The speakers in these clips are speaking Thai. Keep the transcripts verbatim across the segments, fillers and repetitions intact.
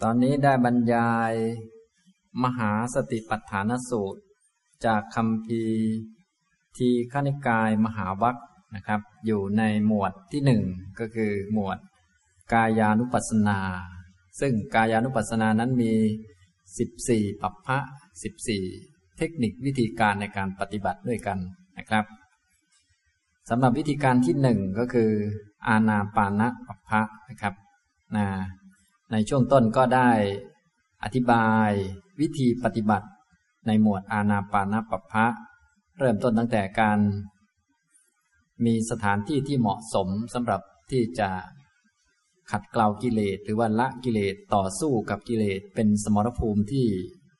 ตอนนี้ได้บรรยายมหาสติปัฏฐานสูตรจากคัมภีร์ทีฆนิกายมหาวรรคนะครับอยู่ในหมวดที่หนึ่งก็คือหมวดกายานุปัสสนาซึ่งกายานุปัสสนานั้นมีสิบสี่ปัปพะสิบสี่เทคนิควิธีการในการปฏิบัติด้วยกันนะครับสำหรับวิธีการที่หนึ่งก็คืออานาปานปัปพะนะครับนะในช่วงต้นก็ได้อธิบายวิธีปฏิบัติในหมวดอานาปานปัปพะเริ่มต้นตั้งแต่การมีสถานที่ที่เหมาะสมสำหรับที่จะขัดเกลากิเลสหรือว่าละกิเลสต่อสู้กับกิเลสเป็นสมรภูมิที่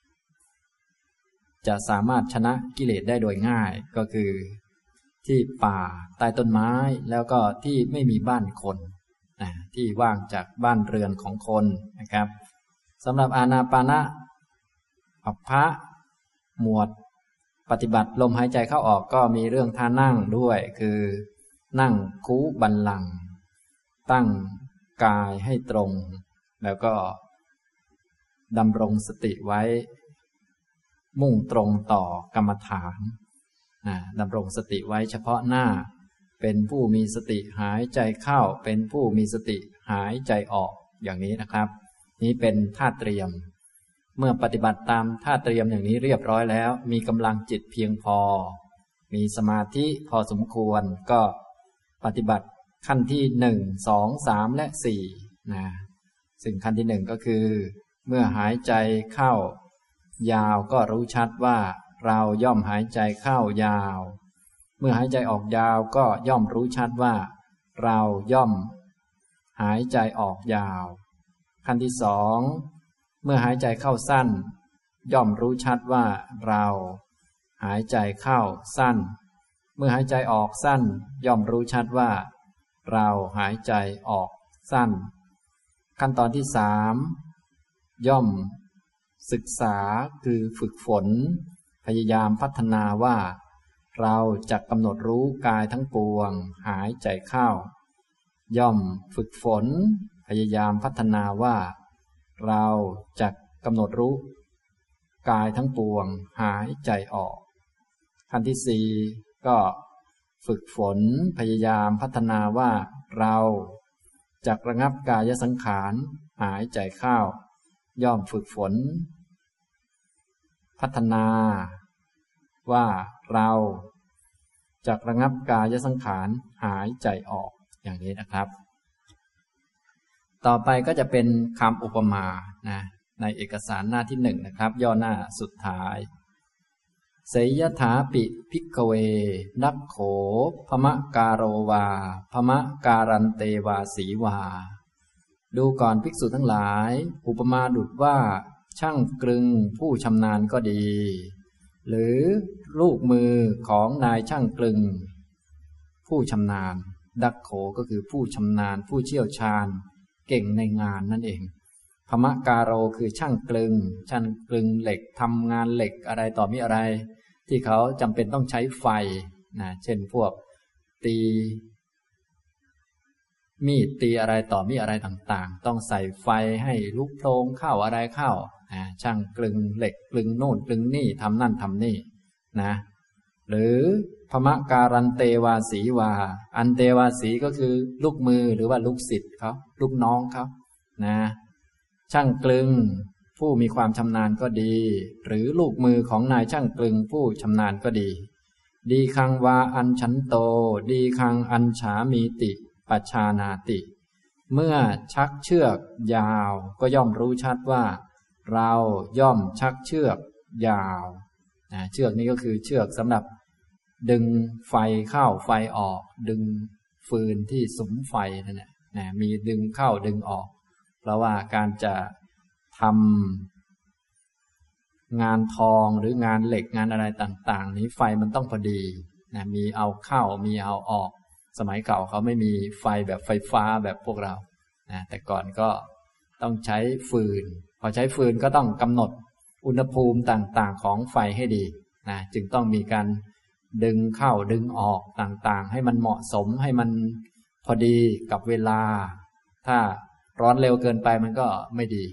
จะสามารถชนะกิเลสได้โดยง่ายก็คือที่ป่าใต้ต้นไม้แล้วก็ที่ไม่มีบ้านคนนะที่ว่างจากบ้านเรือนของคนนะครับสำหรับอานาปานปัปพะหมวดปฏิบัติลมหายใจเข้าออกก็มีเรื่องท่านั่งด้วยคือนั่งคูบัลลังก์ตั้งกายให้ตรงแล้วก็ดำรงสติไว้มุ่งตรงต่อกรรมฐานนะดำรงสติไว้เฉพาะหน้าเป็นผู้มีสติหายใจเข้าเป็นผู้มีสติหายใจออกอย่างนี้นะครับนี้เป็นท่าเตรียมเมื่อปฏิบัติตามท่าเตรียมอย่างนี้เรียบร้อยแล้วมีกำลังจิตเพียงพอมีสมาธิพอสมควรก็ปฏิบัติขั้นที่หนึ่งสองสามและสี่นะซึ่งขั้นที่หนึ่งก็คือเมื่อหายใจเข้ายาวก็รู้ชัดว่าเราย่อมหายใจเข้ายาวเมื่อหายใจออกยาวก็ย่อมรู้ชัดว่าเราย่อมหายใจออกยาวขั้นที่สองเมื่อหายใจเข้าสั้นย่อมรู้ชัดว่าเราหายใจเข้าสั้นเมื่อหายใจออกสั้นย่อมรู้ชัดว่าเราหายใจออกสั้นขั้นตอนที่สามย่อมศึกษาคือฝึกฝนพยายามพัฒนาว่าเราจะกำหนดรู้กายทั้งปวงหายใจเข้าย่อมฝึกฝนพยายามพัฒนาว่าเราจะกำหนดรู้กายทั้งปวงหายใจออกขั้นที่สี่ก็ฝึกฝนพยายามพัฒนาว่าเราจะระงับกายสังขารหายใจเข้าย่อมฝึกฝนพัฒนาว่าเราจะระงับกายสังขารหายใจออกอย่างนี้นะครับต่อไปก็จะเป็นคำอุปมานะในเอกสารหน้าที่หนึ่งนะครับย่อหน้าสุดท้ายเสยถาปิภิกขเวนักโขภมะการโรวาภมะการันเตวาสีวาดูก่อนภิกษุทั้งหลายอุปมาดุจว่าช่างกลึงผู้ชำนาญก็ดีหรือลูกมือของนายช่างกลึงผู้ชำนาญดักโขก็คือผู้ชำนาญผู้เชี่ยวชาญเก่งในงานนั่นเองภมะการโรคือช่างกลึงช่างกลึงเหล็กทำงานเหล็กอะไรต่อมีอะไรที่เขาจำเป็นต้องใช้ไฟนะเช่นพวกตีมีดตีอะไรต่อมีอะไรต่างๆต้องใส่ไฟให้ลุกโพลงเข้าอะไรเข้านะช่างกลึงเหล็กกลึงโน่นกลึงนี่ทำนั่นทำนี่นะหรือภมะการันเตวาสีวาอันเตวาสีก็คือลูกมือหรือว่าลูกศิษย์เขาลูกน้องเขานะช่างกลึงผู้มีความชำนาญก็ดีหรือลูกมือของนายช่างกลึงผู้ชำนาญก็ดีดีคังวาอัญชันโตดีคังอัญฉามีติปัจฉานาติเมื่อชักเชือกยาวก็ย่อมรู้ชัดว่าเราย่อมชักเชือกยาวนะเชือกนี้ก็คือเชือกสำหรับดึงไฟเข้าไฟออกดึงฟืนที่สุมไฟนั่นแหละนะมีดึงเข้าดึงออกเพราะว่าการจะทำงานทองหรืองานเหล็กงานอะไรต่างๆนี้ไฟมันต้องพอดีนะมีเอาเข้ามีเอาออกสมัยเก่าเขาไม่มีไฟแบบไฟฟ้าแบบพวกเรานะแต่ก่อนก็ต้องใช้ฟืนพอใช้ฟืนก็ต้องกำหนดอุณหภูมิต่างๆของไฟให้ดีนะจึงต้องมีการดึงเข้าดึงออกต่างๆให้มันเหมาะสมให้มันพอดีกับเวลาถ้าร้อนเร็วเกินไปมันก็ไม่ดี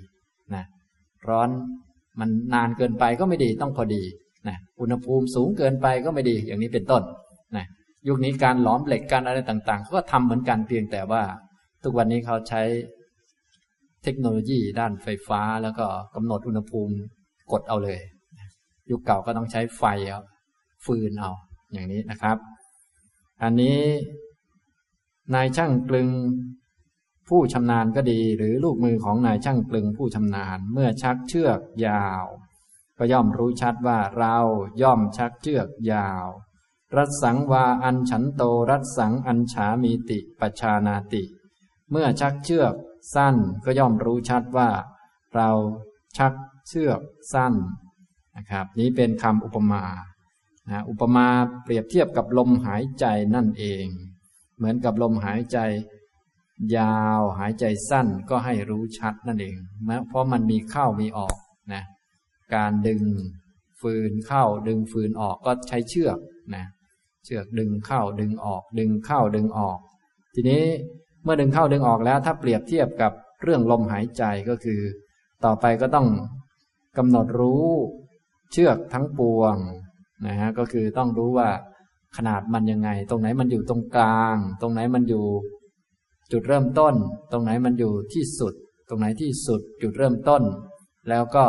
นะร้อนมันนานเกินไปก็ไม่ดีต้องพอดีนะอุณหภูมิสูงเกินไปก็ไม่ดีอย่างนี้เป็นต้นนะยุคนี้การหลอมเหล็กการอะไรต่างๆเขาก็ทำเหมือนกันเพียงแต่ว่าทุกวันนี้เขาใช้เทคโนโลยีด้านไฟฟ้าแล้วก็กำหนดอุณหภูมิกดเอาเลยยุคเก่าก็ต้องใช้ไฟเอาฟืนเอาอย่างนี้นะครับอันนี้นายช่างกลึงผู้ชำนาญก็ดีหรือลูกมือของนายช่างกลึงผู้ชำนาญเมื่อชักเชือกยาวก็ย่อมรู้ชัดว่าเราย่อมชักเชือกยาวรัสสังวาอัญฉันโตรัสสังอัญฉามีติปัจฉานาติเมื่อชักเชือกสั้นก็ย่อมรู้ชัดว่าเราชักเชือกสั้นนะครับนี้เป็นคำอุปมานะอุปมาเปรียบเทียบกับลมหายใจนั่นเองเหมือนกับลมหายใจยาวหายใจสั้นก็ให้รู้ชัดนั่นเองเพราะมันมีเข้ามีออกนะการดึงฟืนเข้าดึงฟืนออกก็ใช้เชือกนะเชือกดึงเข้าดึงออกดึงเข้าดึงออกทีนี้เมื่อดึงเข้าดึงออกแล้วถ้าเปรียบเทียบกับเรื่องลมหายใจก็คือต่อไปก็ต้องกำหนดรู้เชือกทั้งปวงนะฮะก็คือต้องรู้ว่าขนาดมันยังไงตรงไหนมันอยู่ตรงกลางตรงไหนมันอยู่จุดเริ่มต้นตรงไหนมันอยู่ที่สุดตรงไหนที่สุดจุดเริ่มต้นแล้วก็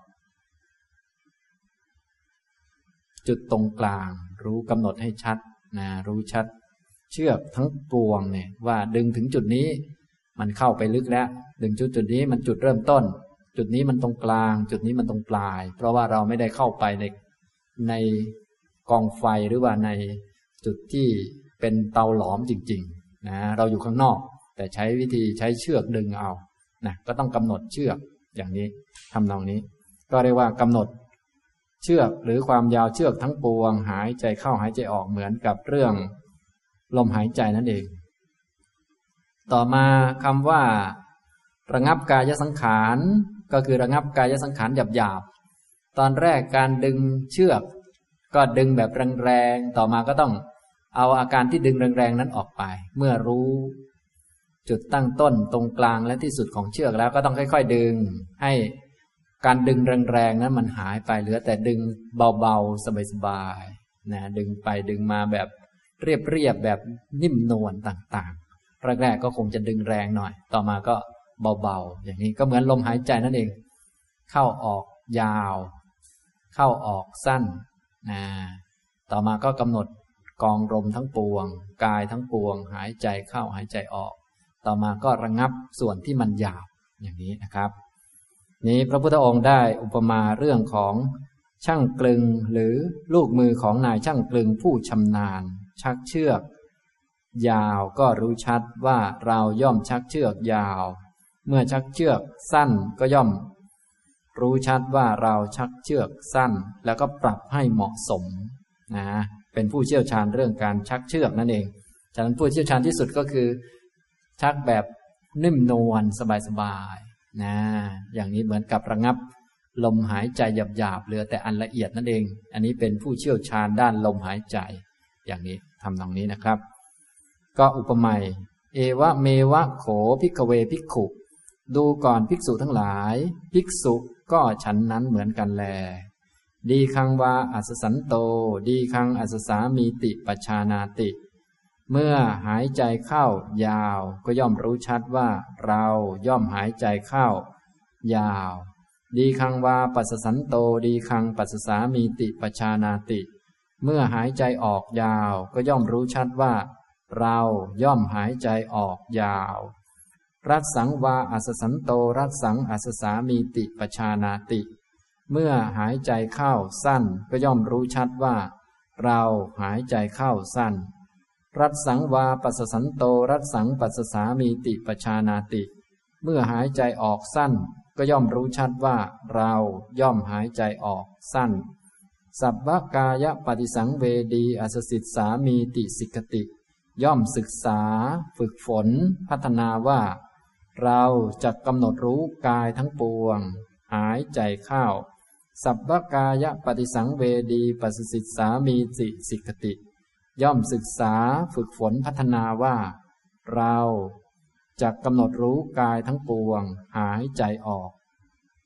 จุดตรงกลางรู้กำหนดให้ชัดนะรู้ชัดเชือกทั้งปวงเนี่ยว่าดึงถึงจุดนี้มันเข้าไปลึกแล้วดึงจุดจุดนี้มันจุดเริ่มต้นจุดนี้มันตรงกลางจุดนี้มันตรงปลายเพราะว่าเราไม่ได้เข้าไปในในกองไฟหรือว่าในจุดที่เป็นเตาหลอมจริงๆนะเราอยู่ข้างนอกแต่ใช้วิธีใช้เชือกดึงเอานะก็ต้องกำหนดเชือกอย่างนี้ทำนองนี้ก็เรียกว่ากำหนดเชือกหรือความยาวเชือกทั้งปวงหายใจเข้าหายใจออกเหมือนกับเรื่องลมหายใจนั่นเองต่อมาคำว่าระงับกายสังขารก็คือระงับกายสังขารหยาบๆตอนแรกการดึงเชือกก็ดึงแบบแรงๆต่อมาก็ต้องเอาอาการที่ดึงแรงๆนั้นออกไปเมื่อรู้จุดตั้งต้นตรงกลางและที่สุดของเชือกแล้วก็ต้องค่อยๆดึงให้การดึงแรงๆนั้นมันหายไปเหลือแต่ดึงเบาๆสบายๆนะดึงไปดึงมาแบบเรียบๆแบบนิ่มนวลต่างๆแรกๆก็คงจะดึงแรงหน่อยต่อมาก็เบาๆอย่างนี้ก็เหมือนลมหายใจนั่นเองเข้าออกยาวเข้าออกสั้นนะต่อมาก็กำหนดกองลมทั้งปวงกายทั้งปวงหายใจเข้าหายใจออกต่อมาก็ระงับส่วนที่มันหยาบอย่างนี้นะครับนี้พระพุทธองค์ได้อุปมาเรื่องของช่างกลึงหรือลูกมือของนายช่างกลึงผู้ชำนาญชักเชือกยาวก็รู้ชัดว่าเราย่อมชักเชือกยาวเมื่อชักเชือกสั้นก็ย่อมรู้ชัดว่าเราชักเชือกสั้นแล้วก็ปรับให้เหมาะสมนะเป็นผู้เชี่ยวชาญเรื่องการชักเชือกนั่นเองฉะนั้นผู้เชี่ยวชาญที่สุดก็คือชักแบบนิ่มนวลสบายๆนะอย่างนี้เหมือนกับระงับลมหายใจหยาบๆเหลือแต่อันละเอียดนั่นเองอันนี้เป็นผู้เชี่ยวชาญด้านลมหายใจอย่างนี้ทำตรงนี้นะครับก็อุปมาเอวะเมวะโขภิกขเวภิกขุดูก่อนภิกษุทั้งหลายภิกษุก็ฉันนั้นเหมือนกันแลดีคังวาอัสสันโตดีคังอัสสามีติปัจฉานาติเมื่อหายใจเข้ายาวก็ย่อมรู้ชัดว่าเราย่อมหายใจเข้ายาวดีคังวาปัสสันโตดีคังปัสสามีติปัจฉานาติเมื่อหายใจออกยาวก็ย่อมรู้ชัดว่าเราย่อมหายใจออกยาวรัสสังวาอัสสันโตรัสสังอัสสามีติปัจฉานาติเมื่อหายใจเข้าสั้นก็ย่อมรู้ชัดว่าเราหายใจเข้าสั้นรัสสังวาปัสสันโตรัสสังปัสสามีติปัจฉานาติเมื่อหายใจออกสั้นก็ย่อมรู้ชัดว่าเราย่อมหายใจออกสั้นสัพพกายปฏิสังเวดีอัสสิทสามีติสิกติย่อมศึกษาฝึกฝนพัฒนาว่าเราจะกำหนดรู้กายทั้งปวงหายใจเข้าสัพพกายปฏิสังเวดีปัสสิทสามีติสิกติย่อมศึกษาฝึกฝนพัฒนาว่าเราจะกำหนดรู้กายทั้งปวงหายใจออก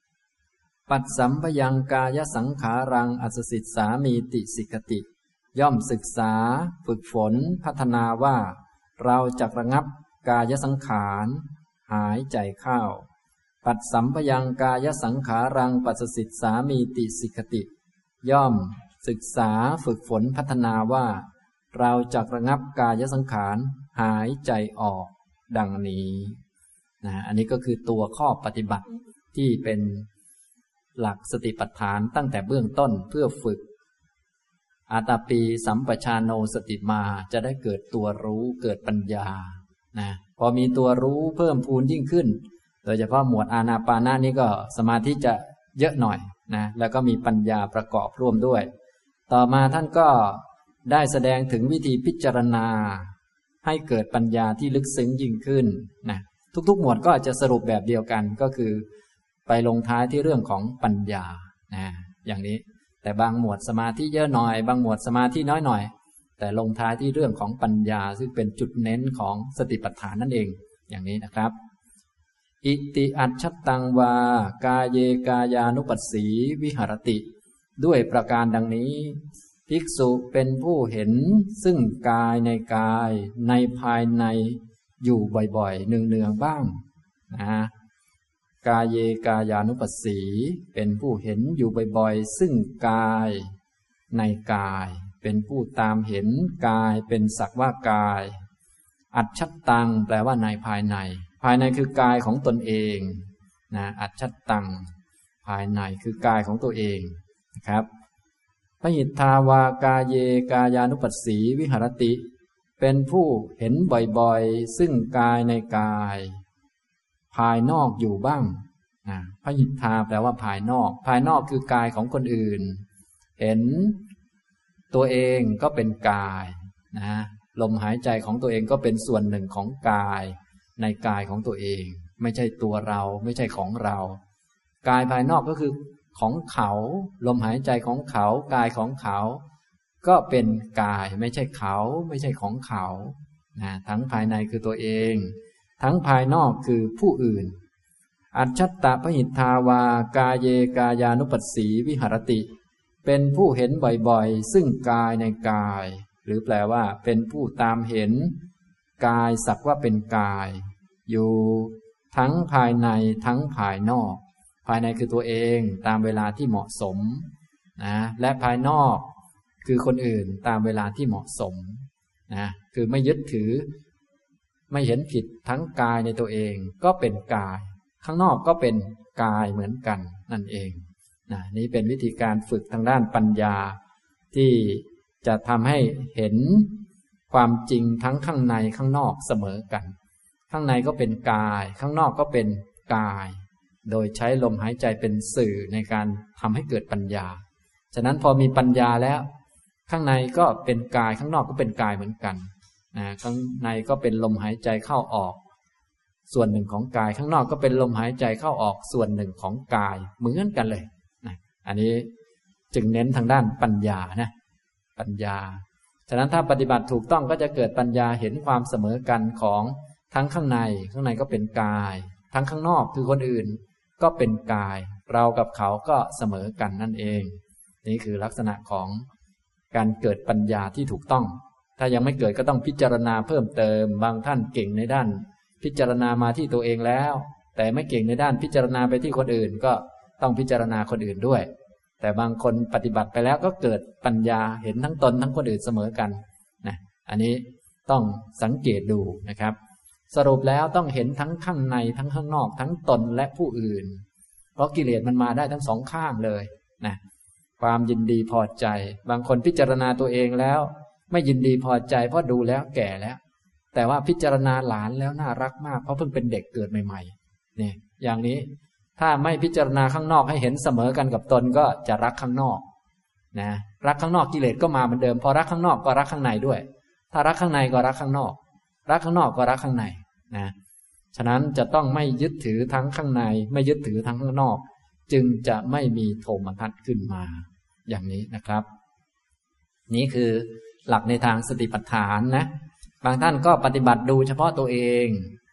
ปัสสัมปยังกายสังขารังอัสสิสสามีติสิกติย่อมศึกษาฝึกฝนพัฒนาว่าเราจักระงับกายสังขารหายใจเข้าปัสสัมปยังกายสังขารังปัสสิสสามีติสิกติย่อมศึกษาฝึกฝนพัฒนาว่าเราจักระงับกายสังขารหายใจออกดังนี้นะอันนี้ก็คือตัวข้อปฏิบัติที่เป็นหลักสติปัฏฐานตั้งแต่เบื้องต้นเพื่อฝึกอาตาปีสัมปชานโนสติมาจะได้เกิดตัวรู้เกิดปัญญานะพอมีตัวรู้เพิ่มพูนยิ่งขึ้นโดยเฉพาะหมวดอานาปานะนี้ก็สมาธิจะเยอะหน่อยนะแล้วก็มีปัญญาประกอบร่วมด้วยต่อมาท่านก็ได้แสดงถึงวิธีพิจารณาให้เกิดปัญญาที่ลึกซึ้งยิ่งขึ้นนะทุกๆหมวดก็จะสรุปแบบเดียวกันก็คือไปลงท้ายที่เรื่องของปัญญานะอย่างนี้แต่บางหมวดสมาธิเยอะหน่อยบางหมวดสมาธิน้อยหน่อยแต่ลงท้ายที่เรื่องของปัญญาซึ่งเป็นจุดเน้นของสติปัฏฐานนั่นเองอย่างนี้นะครับอิติอัจฉตังวากาเยกายานุปัสสีวิหรติด้วยประการดังนี้ภิกษุเป็นผู้เห็นซึ่งกายในกายในภายในอยู่บ่อยๆเนืองๆบ้างนะกายเยกายานุปัสสีเป็นผู้เห็นอยู่บ่อยๆซึ่งกายในกายเป็นผู้ตามเห็นกายเป็นสักว่ากายอัจฉตังแปลว่าในภายในภายในคือกายของตนเองนะอัจฉตังภายในคือกายของตัวเองนะครับพหิทธาวากาเยกายานุปัสสีวิหรติเป็นผู้เห็นบ่อยๆซึ่งกายในกายภายนอกอยู่บ้างนะพหิทธาแปลว่าภายนอกภายนอกคือกายของคนอื่นเห็นตัวเองก็เป็นกายนะลมหายใจของตัวเองก็เป็นส่วนหนึ่งของกายในกายของตัวเองไม่ใช่ตัวเราไม่ใช่ของเรากายภายนอกก็คือของเขาลมหายใจของเขากายของเขาก็เป็นกายไม่ใช่เขาไม่ใช่ของเขานะทั้งภายในคือตัวเองทั้งภายนอกคือผู้อื่นอัจฉตพหิทธาวากาเยกายานุปัสสีวิหรติเป็นผู้เห็นบ่อยๆซึ่งกายในกายหรือแปลว่าเป็นผู้ตามเห็นกายสักว่าเป็นกายอยู่ทั้งภายในทั้งภายนอกภายในคือตัวเองตามเวลาที่เหมาะสมนะและภายนอกคือคนอื่นตามเวลาที่เหมาะสมนะคือไม่ยึดถือไม่เห็นผิดทั้งกายในตัวเองก็เป็นกายข้างนอกก็เป็นกายเหมือนกันนั่นเองนะนี่เป็นวิธีการฝึกทางด้านปัญญาที่จะทำให้เห็นความจริงทั้งข้างในข้างนอกเสมอกันข้างในก็เป็นกายข้างนอกก็เป็นกายโดยใช้ลมหายใจเป็นสื่อในการทำให้เกิดปัญญาฉะนั้นพอมีปัญญาแล้วข้างในก็เป็นกายข้างนอกก็เป็นกายเหมือนกันนะข้างในก็เป็นลมหายใจเข้าออกส่วนหนึ่งของกายข้างนอกก็เป็นลมหายใจเข้าออกส่วนหนึ่งของกายเหมือนกันเลยนะอันนี้จึงเน้นทางด้านปัญญานะปัญญาฉะนั้นถ้าปฏิบัติถูกต้องก็จะเกิดปัญญาเห็นความเสมอกันของทั้งข้างในข้างในก็เป็นกายทั้งข้างนอกคือคนอื่นก็เป็นกายเรากับเขาก็เสมอกันนั่นเองนี่คือลักษณะของการเกิดปัญญาที่ถูกต้องถ้ายังไม่เกิดก็ต้องพิจารณาเพิ่มเติมบางท่านเก่งในด้านพิจารณามาที่ตัวเองแล้วแต่ไม่เก่งในด้านพิจารณาไปที่คนอื่นก็ต้องพิจารณาคนอื่นด้วยแต่บางคนปฏิบัติไปแล้วก็เกิดปัญญาเห็นทั้งตนทั้งคนอื่นเสมอกันนะอันนี้ต้องสังเกตดูนะครับสรุปแล้วต้องเห็นทั้งข้างในทั้งข้างนอกทั้งตนและผู้อื่นเพราะกิเลสมันมาได้ทั้งสองข้างเลยนะความยินดีพอใจบางคนพิจารณาตัวเองแล้วไม่ยินดีพอใจเพราะดูแล้วแก่แล้วแต่ว่าพิจารณาหลานแล้วน่ารักมากเพราะเพิ่งเป็นเด็กเกิดใหม่ๆนี่อย่างนี้ถ้าไม่พิจารณาข้างนอกให้เห็นเสมอกันกับตนก็จะรักข้างนอกนะรักข้างนอกกิเลสก็มาเหมือนเดิมพอรักข้างนอกก็รักข้างในด้วยถ้ารักข้างในก็รักข้างนอกรักข้างนอกก็รักข้างในนะฉะนั้นจะต้องไม่ยึดถือทั้งข้างในไม่ยึดถือทั้งข้างนอกจึงจะไม่มีโทมนัสขึ้นมาอย่างนี้นะครับนี่คือหลักในทางสติปัฏฐานนะบางท่านก็ปฏิบัติดูเฉพาะตัวเอง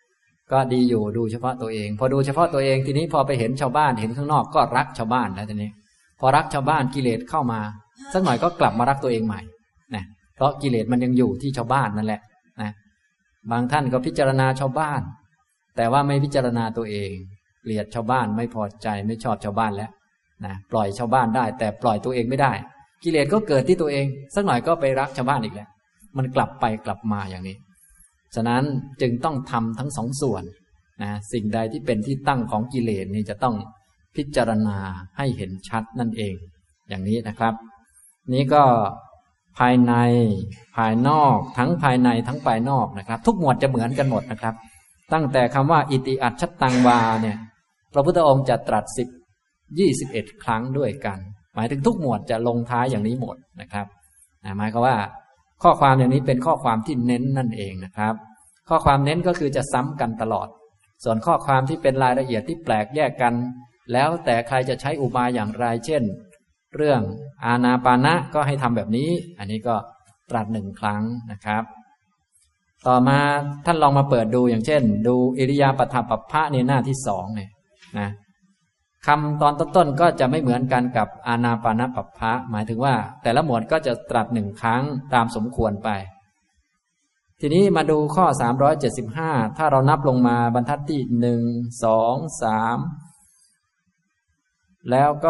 ก็ดีอยู่ดูเฉพาะตัวเองพอดูเฉพาะตัวเองทีนี้พอไปเห็นชาวบ้านเห็นข้างนอกก็รักชาวบ้านแล้วทีนี้พอรักชาวบ้านกิเลสเข้ามาสักหน่อยก็กลับมารักตัวเองใหม่นะเพราะกิเลสมันยังอยู่ที่ชาวบ้านนั่นแหละนะบางท่านก็พิจารณาชาวบ้านแต่ว่าไม่พิจารณาตัวเองเกลียดชาวบ้านไม่พอใจไม่ชอบชาวบ้านแล้วนะปล่อยชาวบ้านได้แต่ปล่อยตัวเองไม่ได้กิเลสก็เกิดที่ตัวเองสักหน่อยก็ไปรักชาวบ้านอีกแล้วมันกลับไปกลับมาอย่างนี้ฉะนั้นจึงต้องทำทั้งสองส่วนนะสิ่งใดที่เป็นที่ตั้งของกิเลสนี่จะต้องพิจารณาให้เห็นชัดนั่นเองอย่างนี้นะครับนี้ก็ภายในภายนอกทั้งภายในทั้งภายนอกนะครับทุกหมวดจะเหมือนกันหมดนะครับตั้งแต่คำว่าอิติอัจฉตังวาเนี่ยพระพุทธองค์จะตรัสสิบยี่สิบเอ็ดครั้งด้วยกันหมายถึงทุกหมวดจะลงท้ายอย่างนี้หมดนะครับหมายความว่าข้อความอย่างนี้เป็นข้อความที่เน้นนั่นเองนะครับข้อความเน้นก็คือจะซ้ำกันตลอดส่วนข้อความที่เป็นรายละเอียดที่แปลกแยกกันแล้วแต่ใครจะใช้อุบายอย่างไรเช่นเรื่องอานาปานะก็ให้ทำแบบนี้อันนี้ก็ตรัสหนึ่งครั้งนะครับต่อมาท่านลองมาเปิดดูอย่างเช่นดูอิริยาปถปัปพะในหน้าที่สองเนี่ยนะคำตอนต้นๆก็จะไม่เหมือนกันกับอานาปานปัปพะหมายถึงว่าแต่ละหมวดก็จะตรัสหนึ่งครั้งตามสมควรไปทีนี้มาดูข้อสามร้อยเจ็ดสิบห้าถ้าเรานับลงมาบรรทัดที่หนึ่งสองสามแล้วก็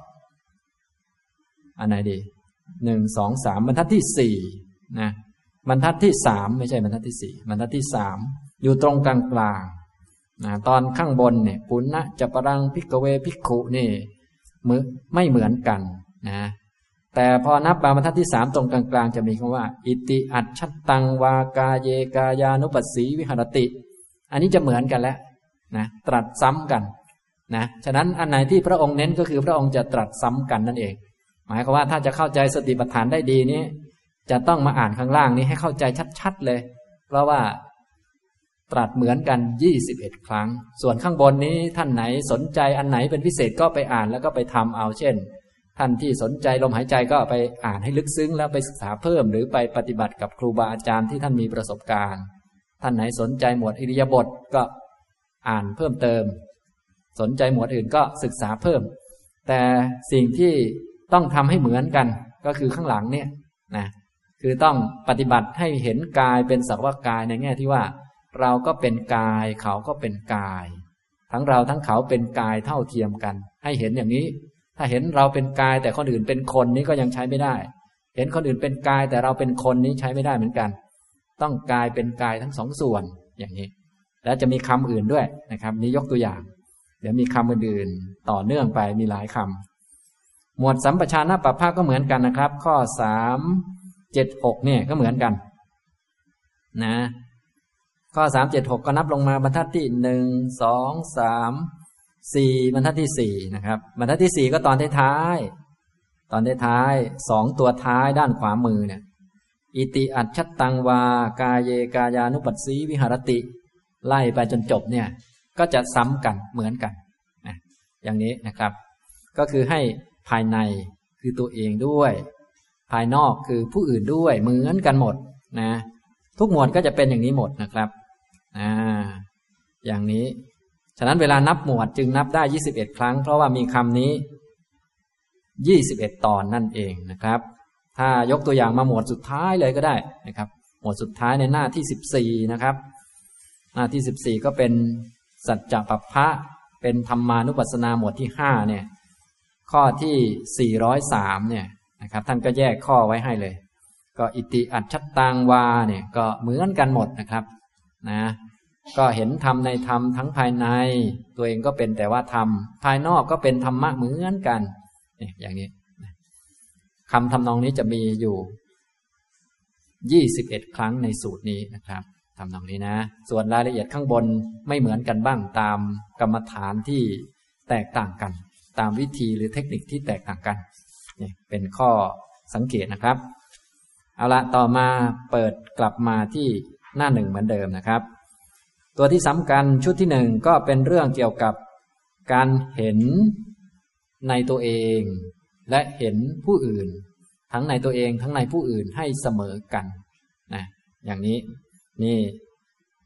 อันไหนดีหนึ่งสองสามบรรทัดที่สี่นะบรรทัดที่สามไม่ใช่บรรทัดที่สี่บรรทัดที่สามอยู่ตรงกลางกลางนะตอนข้างบนเนี่ยปุณณจัปรังภิกขเวภิกขุนี่มือไม่เหมือนกันนะแต่พอนับมาบรรทัดที่สามตรงกลางกลางจะมีคำว่าอิติอัจฉตังวากาเยกายานุปัสสีวิหรติอันนี้จะเหมือนกันแล้วนะตรัสซ้ำกันนะฉะนั้นอันไหนที่พระองค์เน้นก็คือพระองค์จะตรัสซ้ำกันนั่นเองหมายความว่าถ้าจะเข้าใจสติปัฏฐานได้ดีนี้จะต้องมาอ่านข้างล่างนี้ให้เข้าใจชัดๆเลยเพราะว่าตรัสเหมือนกันยี่สิบเอ็ดครั้งส่วนข้างบนนี้ท่านไหนสนใจอันไหนเป็นพิเศษก็ไปอ่านแล้วก็ไปทำเอาเช่นท่านที่สนใจลมหายใจก็ไปอ่านให้ลึกซึ้งแล้วไปศึกษาเพิ่มหรือไปปฏิบัติกับครูบาอาจารย์ที่ท่านมีประสบการณ์ท่านไหนสนใจหมวดอิริยาบถก็อ่านเพิ่มเติมสนใจหมวดอื่นก็ศึกษาเพิ่มแต่สิ่งที่ต้องทำให้เหมือนกันก็คือข้างหลังเนี่ยนะคือต้องปฏิบัติให้เห็นกายเป็นสักว่ากายในแง่ที่ว่าเราก็เป็นกายเขาก็เป็นกายทั้งเราทั้งเขาเป็นกายเท่าเทียมกันให้เห็นอย่างนี้ถ้าเห็นเราเป็นกายแต่คนอื่นเป็นคนนี้ก็ยังใช้ไม่ได้เห็นคนอื่นเป็นกายแต่เราเป็นคนนี้ใช้ไม่ได้เหมือนกันต้องกายเป็นกายทั้งสองส่วนอย่างนี้แล้วจะมีคำอื่นด้วยนะครับนี้ยกตัวอย่างเดี๋ยวมีคำอื่นๆต่อเนื่องไปมีหลายคำหมวดสัมปชานปัปพะก็เหมือนกันนะครับข้อสามเจ็ดหกเนี่ยก็เหมือนกันนะข้อสามเจ็ดหกก็นับลงมาบรรทัดที่หนึ่งสองสามสี่บรรทัดที่สี่นะครับบรรทัดที่สี่ก็ตอนท้ายๆตอนท้ายๆสองตัวท้ายด้านขวามือเนี่ยอิติอัจฉตังวากาเยกายานุปัสสีวิหรติไล่ไปจนจบเนี่ยก็จะซ้ำกันเหมือนกันนะอย่างนี้นะครับก็คือให้ภายในคือตัวเองด้วยภายนอกคือผู้อื่นด้วยเหมือนกันหมดนะทุกหมวดก็จะเป็นอย่างนี้หมดนะครับอ่าอย่างนี้ฉะนั้นเวลานับหมวดจึงนับได้ยี่สิบเอ็ดครั้งเพราะว่ามีคำนี้ยี่สิบเอ็ดตอนนั่นเองนะครับถ้ายกตัวอย่างมาหมวดสุดท้ายเลยก็ได้นะครับหมวดสุดท้ายในหน้าที่สิบสี่นะครับหน้าที่สิบสี่ก็เป็นสัจจปัปพะเป็นธรรมานุปัสสนาหมวดที่ห้าเนี่ยข้อที่สี่ร้อยสามเนี่ยนะครับท่านก็แยกข้อไว้ให้เลยก็อิติอัจฉตังวาเนี่ยก็เหมือนกันหมดนะครับนะก็เห็นธรรมในธรรมทั้งภายในตัวเองก็เป็นแต่ว่าธรรมภายนอกก็เป็นธรรมะเหมือนกันเนี่ยอย่างนี้คำทำนองนี้จะมีอยู่ยี่สิบเอ็ดครั้งในสูตรนี้นะครับทำนองนี้นะส่วนรายละเอียดข้างบนไม่เหมือนกันบ้างตามกรรมฐานที่แตกต่างกันตามวิธีหรือเทคนิคที่แตกต่างกันนี่เป็นข้อสังเกตนะครับเอาละต่อมาเปิดกลับมาที่หน้าหนึ่งเหมือนเดิมนะครับตัวที่สำคัญชุดที่หนึ่งก็เป็นเรื่องเกี่ยวกับการเห็นในตัวเองและเห็นผู้อื่นทั้งในตัวเองทั้งในผู้อื่นให้เสมอกันนะอย่างนี้นี่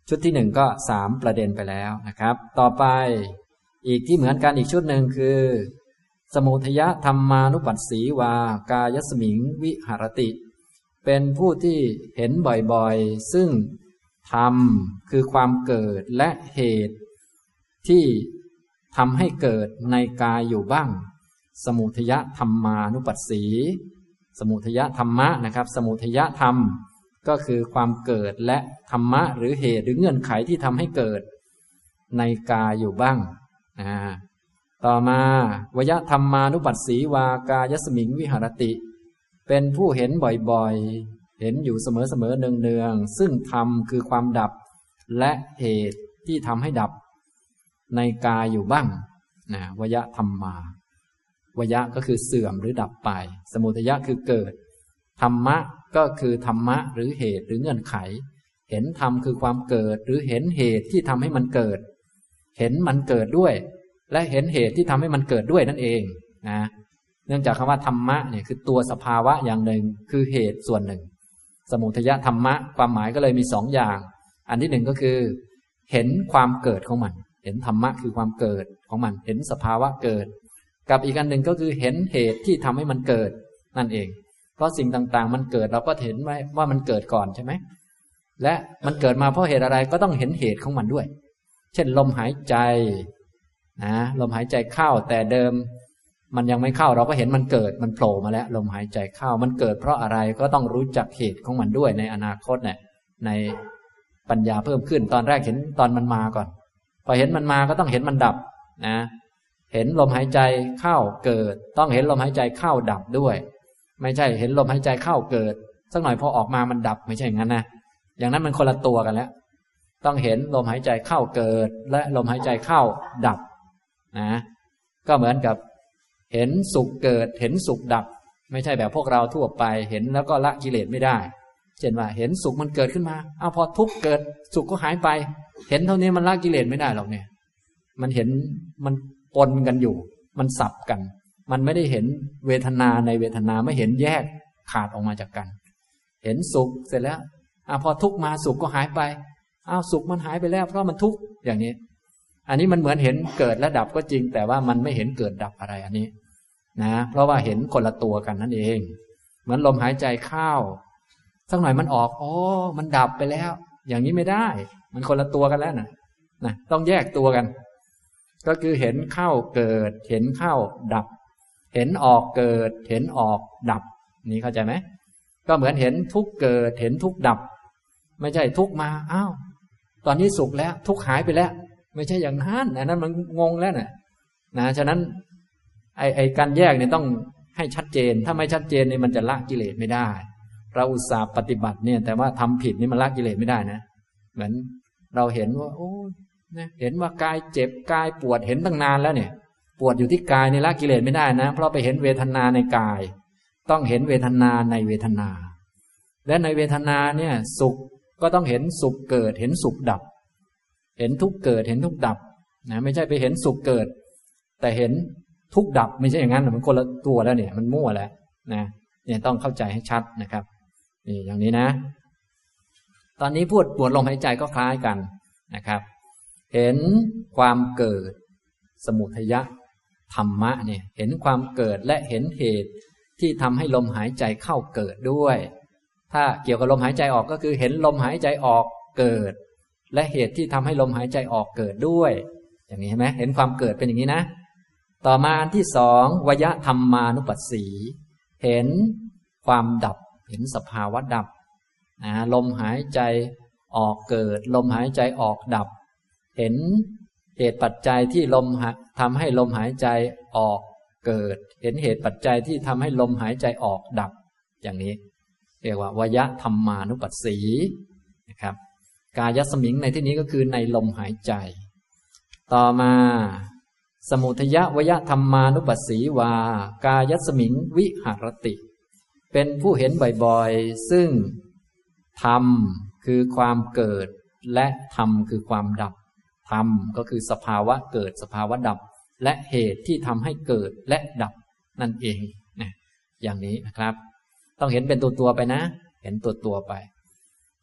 ชุดที่หนึ่งก็สามประเด็นไปแล้วนะครับต่อไปอีกที่เหมือนกันอีกชุดหนึ่งคือสมุทัยธรรมานุปัสสีวากายสมิงวิหรติเป็นผู้ที่เห็นบ่อยๆซึ่งธรรมคือความเกิดและเหตุที่ทำให้เกิดในกายอยู่บ้างสมุทัยธรรมานุปัสสีสมุทัยธรรมะนะครับสมุทัยธรรมก็คือความเกิดและธรรมะหรือเหตุหรือเงื่อนไขที่ทำให้เกิดในกายอยู่บ้างนะต่อมาวยธรรมานุปัสสีวากายสมิงวิหรติเป็นผู้เห็นบ่อยๆเห็นอยู่เสมอๆเนืองๆซึ่งธรรมคือความดับและเหตุที่ทำให้ดับในกายอยู่บ้างนะวยธรรมาวยะก็คือเสื่อมหรือดับไปสมุทัยะคือเกิดธรรมะก็คือธรรมะหรือเหตุหรือเงื่อนไขเห็นธรรมคือความเกิดหรือเห็นเหตุที่ทำให้มันเกิดเห็นมันเกิดด้วยและเห็นเหตุที่ทำให้มันเกิดด้วยนั่นเองนะเนื่องจากคำว่าธรรมะเนี่ยคือตัวสภาวะอย่างหนึ่งคือเหตุส่วนหนึ่งสมุทัยธรรมะความหมายก็เลยมีสองอย่างอันที่หนึ่งก็คือเห็นความเกิดของมันเห็นธรรมะคือความเกิดของมันเห็นสภาวะเกิดกับอีกอันหนึ่งก็คือเห็นเหตุที่ทำให้มันเกิดนั่นเองเพราะสิ่งต่างๆมันเกิดเราก็เห็นไว้ว่ามันเกิดก่อนใช่ไหมและมันเกิดมาเพราะเหตุอะไรก็ต้องเห็นเหตุของมันด้วยเช่นลมหายใจนะลมหายใจเข้าแต่เดิมมันยังไม่เข้าเราก็เห็นมันเกิดมันโผล่มาแล้วลมหายใจเข้ามันเกิดเพราะอะไรก็ต้องรู้จักเหตุของมันด้วยในอนาคตเนี่ยในปัญญาเพิ่มขึ้นตอนแรกเห็นตอนมันมาก่อนพอเห็นมันมาก็ต้องเห็นมันดับนะเห็นลมหายใจเข้าเกิดต้องเห็นลมหายใจเข้าดับด้วยไม่ใช่เห็นลมหายใจเข้าเกิดสักหน่อยพอออกมามันดับไม่ใช่อย่างนั้นนะอย่างนั้นมันคนละตัวกันแล้วต้องเห็นลมหายใจเข้าเกิดและลมหายใจเข้าดับนะก็เหมือนกับเห็นสุขเกิดเห็นสุขดับไม่ใช่แบบพวกเราทั่วไปเห็นแล้วก็ละกิเลสไม่ได้เช่นว่าเห็นสุขมันเกิดขึ้นมาเอาพอทุกข์เกิดสุขก็หายไปเห็นเท่านี้มันละกิเลสไม่ได้หรอกเนี่ยมันเห็นมันปนกันอยู่มันสับกันมันไม่ได้เห็นเวทนาในเวทนาไม่เห็นแยกขาดออกมาจากกันเห็นสุขเสร็จแล้วอ่ะพอทุกข์มาสุขก็หายไปอ้าวสุขมันหายไปแล้วเพราะมันทุกข์อย่างนี้อันนี้มันเหมือนเห็นเกิดและดับก็จริงแต่ว่ามันไม่เห็นเกิดดับอะไรอันนี้นะเพราะว่าเห็นคนละตัวกันนั่นเองเหมือนลมหายใจเข้าสักหน่อยมันออกอ๋อมันดับไปแล้วอย่างนี้ไม่ได้มันคนละตัวกันแล้วนะนะต้องแยกตัวกันก็คือเห็นเข้าเกิดเห็นเข้าดับเห็นออกเกิดเห็นออกดับนี่เข้าใจไหมก็เหมือนเห็นทุกเกิดเห็นทุกดับไม่ใช่ทุกมาอ้าวตอนนี้สุขแล้วทุกหายไปแล้วไม่ใช่อย่างนั้นอันนั้นมันงงแล้วนะนะฉะนั้นไอไอการแยกเนี่ยต้องให้ชัดเจนถ้าไม่ชัดเจนเนี่ยมันจะละกิเลสไม่ได้เราอุตส่าห์ปฏิบัติเนี่ยแต่ว่าทำผิดนี่มันละกิเลสไม่ได้นะเหมือนเราเห็นว่าโอ้นะเห็นว่ากายเจ็บกายปวดเห็นตั้งนานแล้วเนี่ยปวดอยู่ที่กายนี่ละกิเลสไม่ได้นะเพราะไปเห็นเวทนาในกายต้องเห็นเวทนาในเวทนาและในเวทนาเนี่ยสุขก็ต้องเห็นสุขเกิดเห็นสุขดับเห็นทุกข์เกิดเห็นทุกข์ดับนะไม่ใช่ไปเห็นสุขเกิดแต่เห็นทุกข์ดับไม่ใช่อย่างนั้นมันคนละตัวแล้วเนี่ยมันมั่วแล้วนะเนี่ยต้องเข้าใจให้ชัดนะครับนี่อย่างนี้นะตอนนี้พูดปวดลมหายใจก็คล้ายกันนะครับเห็นความเกิดสมุทัยธรรมะเนี่ยเห็นความเกิดและเห็นเหตุที่ทำให้ลมหายใจเข้าเกิดด้วยถ้าเกี่ยวกับลมหายใจออกก็คือเห็นลมหายใจออกเกิดและเหตุที่ทำให้ลมหายใจออกเกิดด้วยอย่างนี้ใช่ไหมเห็นความเกิดเป็นอย่างนี้นะต่อมาอันที่สองวยธรรมานุปัสสีเห็นความดับเห็นสภาวะดับนะลมหายใจออกเกิดลมหายใจออกดับเห็นเหตุปัจจัยที่ลมทำให้ลมหายใจออกเกิดเห็นเหตุปัจจัยที่ทำให้ลมหายใจออกดับอย่างนี้เรียกว่าวยธรรมานุปัสสีนะครับกายสมิงในที่นี้ก็คือในลมหายใจต่อมาสมุทัยวยธรรมานุปัสสีวากายสมิงวิหรติเป็นผู้เห็นบ่อยๆซึ่งธรรมคือความเกิดและธรรมคือความดับธรรมก็คือสภาวะเกิดสภาวะดับและเหตุที่ทำให้เกิดและดับนั่นเองนะอย่างนี้นะครับต้องเห็นเป็นตัวตัวไปนะเห็นตัวตัวไป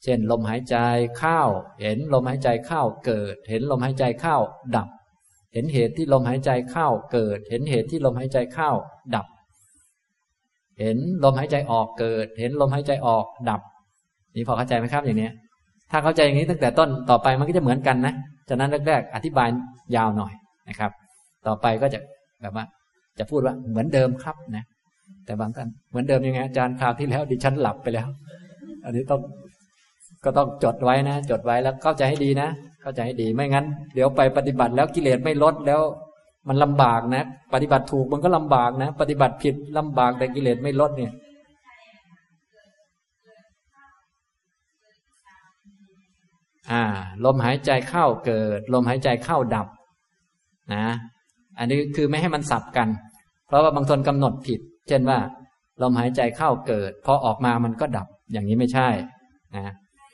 เช่นลมหายใจเข้าเห็นลมหายใจเข้าเกิดเห็นลมหายใจเข้าดับเห็นเหตุที่ลมหายใจเข้าเกิดเห็นเหตุที่ลมหายใจเข้าดับเห็นลมหายใจออกเกิดเห็นลมหายใจออกดับนี่พอเข้าใจไหมครับอย่างนี้ถ้าเข้าใจอย่างนี้ตั้งแต่ต้นต่อไปมันก็จะเหมือนกันนะฉะนั้นแรกๆอธิบายยาวหน่อยนะครับต่อไปก็จะแบบว่าจะพูดว่าเหมือนเดิมครับนะแต่บางท่านเหมือนเดิมยังไงอาจารย์คราวที่แล้วดิฉันหลับไปแล้วอันนี้ต้องก็ต้องจดไว้นะจดไว้แล้วเข้าใจให้ดีนะเข้าใจให้ดีไม่งั้นเดี๋ยวไปปฏิบัติแล้วกิเลสไม่ลดแล้วมันลำบากนะปฏิบัติถูกมันก็ลำบากนะปฏิบัติผิดลำบากแต่กิเลสไม่ลดเนี่ยอ่าลมหายใจเข้าเกิดลมหายใจเข้าดับนะอันนี้คือไม่ให้มันสับกันเพราะว่าบางคนกำหนดผิดเช่นว่าลมหายใจเข้าเกิดพอออกมามันก็ดับอย่างนี้ไม่ใช่นะ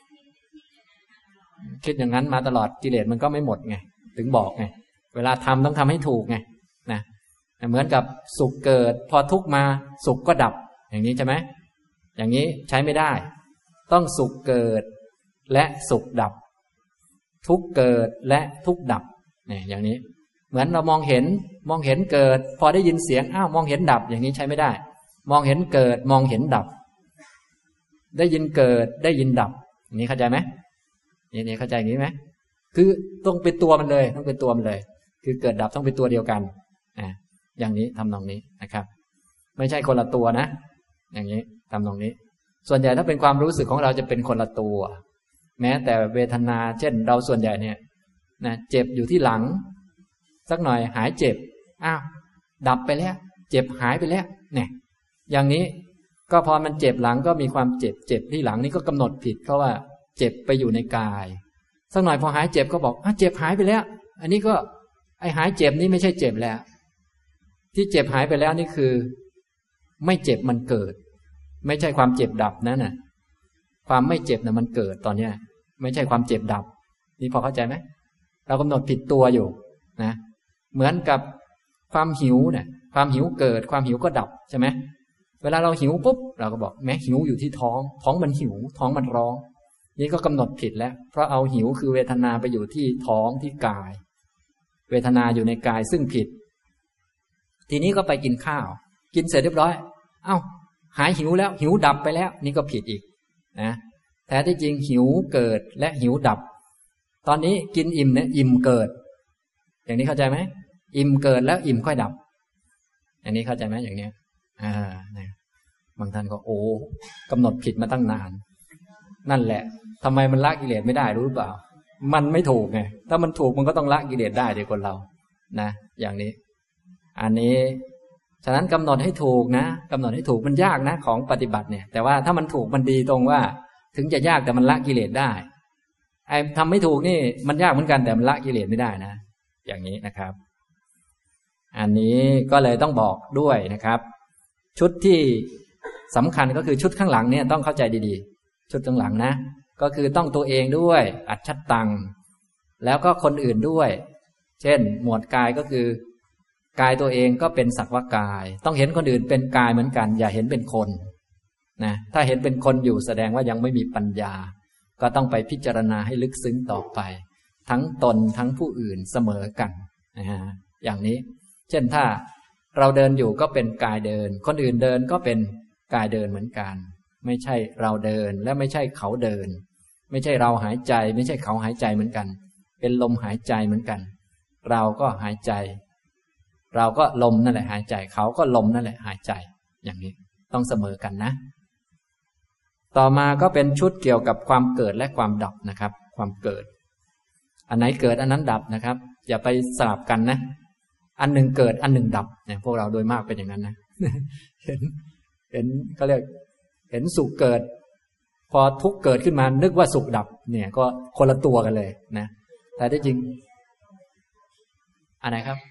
คิดอย่างนั้นมาตลอดกิเลสมันก็ไม่หมดไงถึงบอกไงเวลาทำต้องทำให้ถูกไงนะเหมือนกับสุขเกิดพอทุกข์มาสุขก็ดับอย่างนี้ใช่ไหมอย่างนี้ใช้ไม่ได้ต้องสุขเกิดและสุขดับทุกข์เกิดและทุกข์ดับเนี่ยอย่างนี้เหมือนเรามองเห็นมองเห็นเกิดพอได้ยินเสียงอ้าวมองเห็นดับอย่างนี้ใช้ไม่ได้มองเห็นเกิดมองเห็นดับได้ยินเกิดได้ยินดับอย่างนี้เข้าใจไหมนี่นี่เข้าใจอย่างนี้ไหมคือต้องเป็นตัวมันเลยต้องเป็นตัวมันเลยคือเกิดดับต้องเป็นตัวเดียวกันอ่าอย่างนี้ทำนองนี้นะครับไม่ใช่คนละตัวนะอย่างนี้ทำนองนี้ส่วนใหญ่ถ้าเป็นความรู้สึกของเราจะเป็นคนละตัวแม้แต่เวทนาเช่นเราส่วนใหญ่เนี่ยนะเจ็บอยู่ที่หลังสักหน่อยหายเจ็บอ้าวดับไปแล้วเจ็บหายไปแล้วเนี่ยอย่างนี้ก็พอมันเจ็บหลังก็มีความเจ็บเจ็บที่หลังนี่ก็กำหนดผิดเพราะว่าเจ็บไปอยู่ในกายสักหน่อยพอหายเจ็บก็บอกอ่ะเจ็บหายไปแล้วอันนี้ก็ไอหายเจ็บนี่ไม่ใช่เจ็บแล้วที่เจ็บหายไปแล้วนี่คือไม่เจ็บมันเกิดไม่ใช่ความเจ็บดับนั่นน่ะความไม่เจ็บน่ะมันเกิดตอนเนี้ยไม่ใช่ความเจ็บดับนี่พอเข้าใจไหมเรากำหนดผิดตัวอยู่นะเหมือนกับความหิวเนี่ยความหิวเกิดความหิวก็ดับใช่ไหมเวลาเราหิวปุ๊บเราก็บอกแม้หิวอยู่ที่ท้องท้องมันหิวท้องมันร้องนี่ก็กำหนดผิดแล้วเพราะเอาหิวคือเวทนาไปอยู่ที่ท้องที่กายเวทนาอยู่ในกายซึ่งผิดทีนี้ก็ไปกินข้าวกินเสร็จเรียบร้อยเอ้าหายหิวแล้วหิวดับไปแล้วนี่ก็ผิดอีกนะแท้ที่จริงหิวเกิดและหิวดับตอนนี้กินอิ่มเนี่ยอิ่มเกิดอย่างนี้เข้าใจไหมอิ่มเกิดแล้วอิ่มค่อยดับอย่างนี้เข้าใจไหมอย่างนี้อ่านะบางท่านก็โอ้กำหนดผิดมาตั้งนานนั่นแหละทำไมมันละกิเลสไม่ได้รู้หรือเปล่ามันไม่ถูกไงถ้ามันถูกมันก็ต้องละกิเลสได้เดี๋ยวคนเรานะอย่างนี้อันนี้ฉะนั้นกำหนดให้ถูกนะกำหนดให้ถูกมันยากนะของปฏิบัติเนี่ยแต่ว่าถ้ามันถูกมันดีตรงว่าถึงจะยากแต่มันละกิเลสได้ไอ้ทำไม่ถูกนี่มันยากเหมือนกันแต่มันละกิเลสไม่ได้นะอย่างนี้นะครับอันนี้ก็เลยต้องบอกด้วยนะครับชุดที่สำคัญก็คือชุดข้างหลังเนี่ยต้องเข้าใจดีๆชุดข้างหลังนะก็คือต้องตัวเองด้วยอัจฉตังแล้วก็คนอื่นด้วยเช่นหมวดกายก็คือกายตัวเองก็เป็นสักว่ากายต้องเห็นคนอื่นเป็นกายเหมือนกันอย่าเห็นเป็นคนนะถ้าเห็นเป็นคนอยู่แสดงว่ายังไม่มีปัญญาก็ต้องไปพิจารณาให้ลึกซึ้งต่อไปทั้งตนทั้งผู้อื่นเสมอกันนะฮะอย่างนี้เช่นถ้าเราเดินอยู่ก็เป็นกายเดินคนอื่นเดินก็เป็นกายเดินเหมือนกันไม่ใช่เราเดินและไม่ใช่เขาเดินไม่ใช่เราหายใจไม่ใช่เขาหายใจเหมือนกันเป็นลมหายใจเหมือนกันเราก็หายใจเราก็ลมนั่นแหละหายใจเขาก็ลมนั่นแหละหายใจอย่างนี้ต้องเสมอกันนะต่อมาก็เป็นชุดเกี่ยวกับความเกิดและความดับนะครับความเกิดอันไหนเกิดอันนั้นดับนะครับอย่าไปสลับกันนะอันหนึ่งเกิดอันหนึ่งดับเนี่ยพวกเราโดยมากเป็นอย่างนั้นนะ เห็นเห็นก็เรียกเห็นสุขเกิดพอทุกข์เกิดขึ้นมานึกว่าสุขดับเนี่ยก็คนละตัวกันเลยนะแต่ที่จริงอันไหนครับ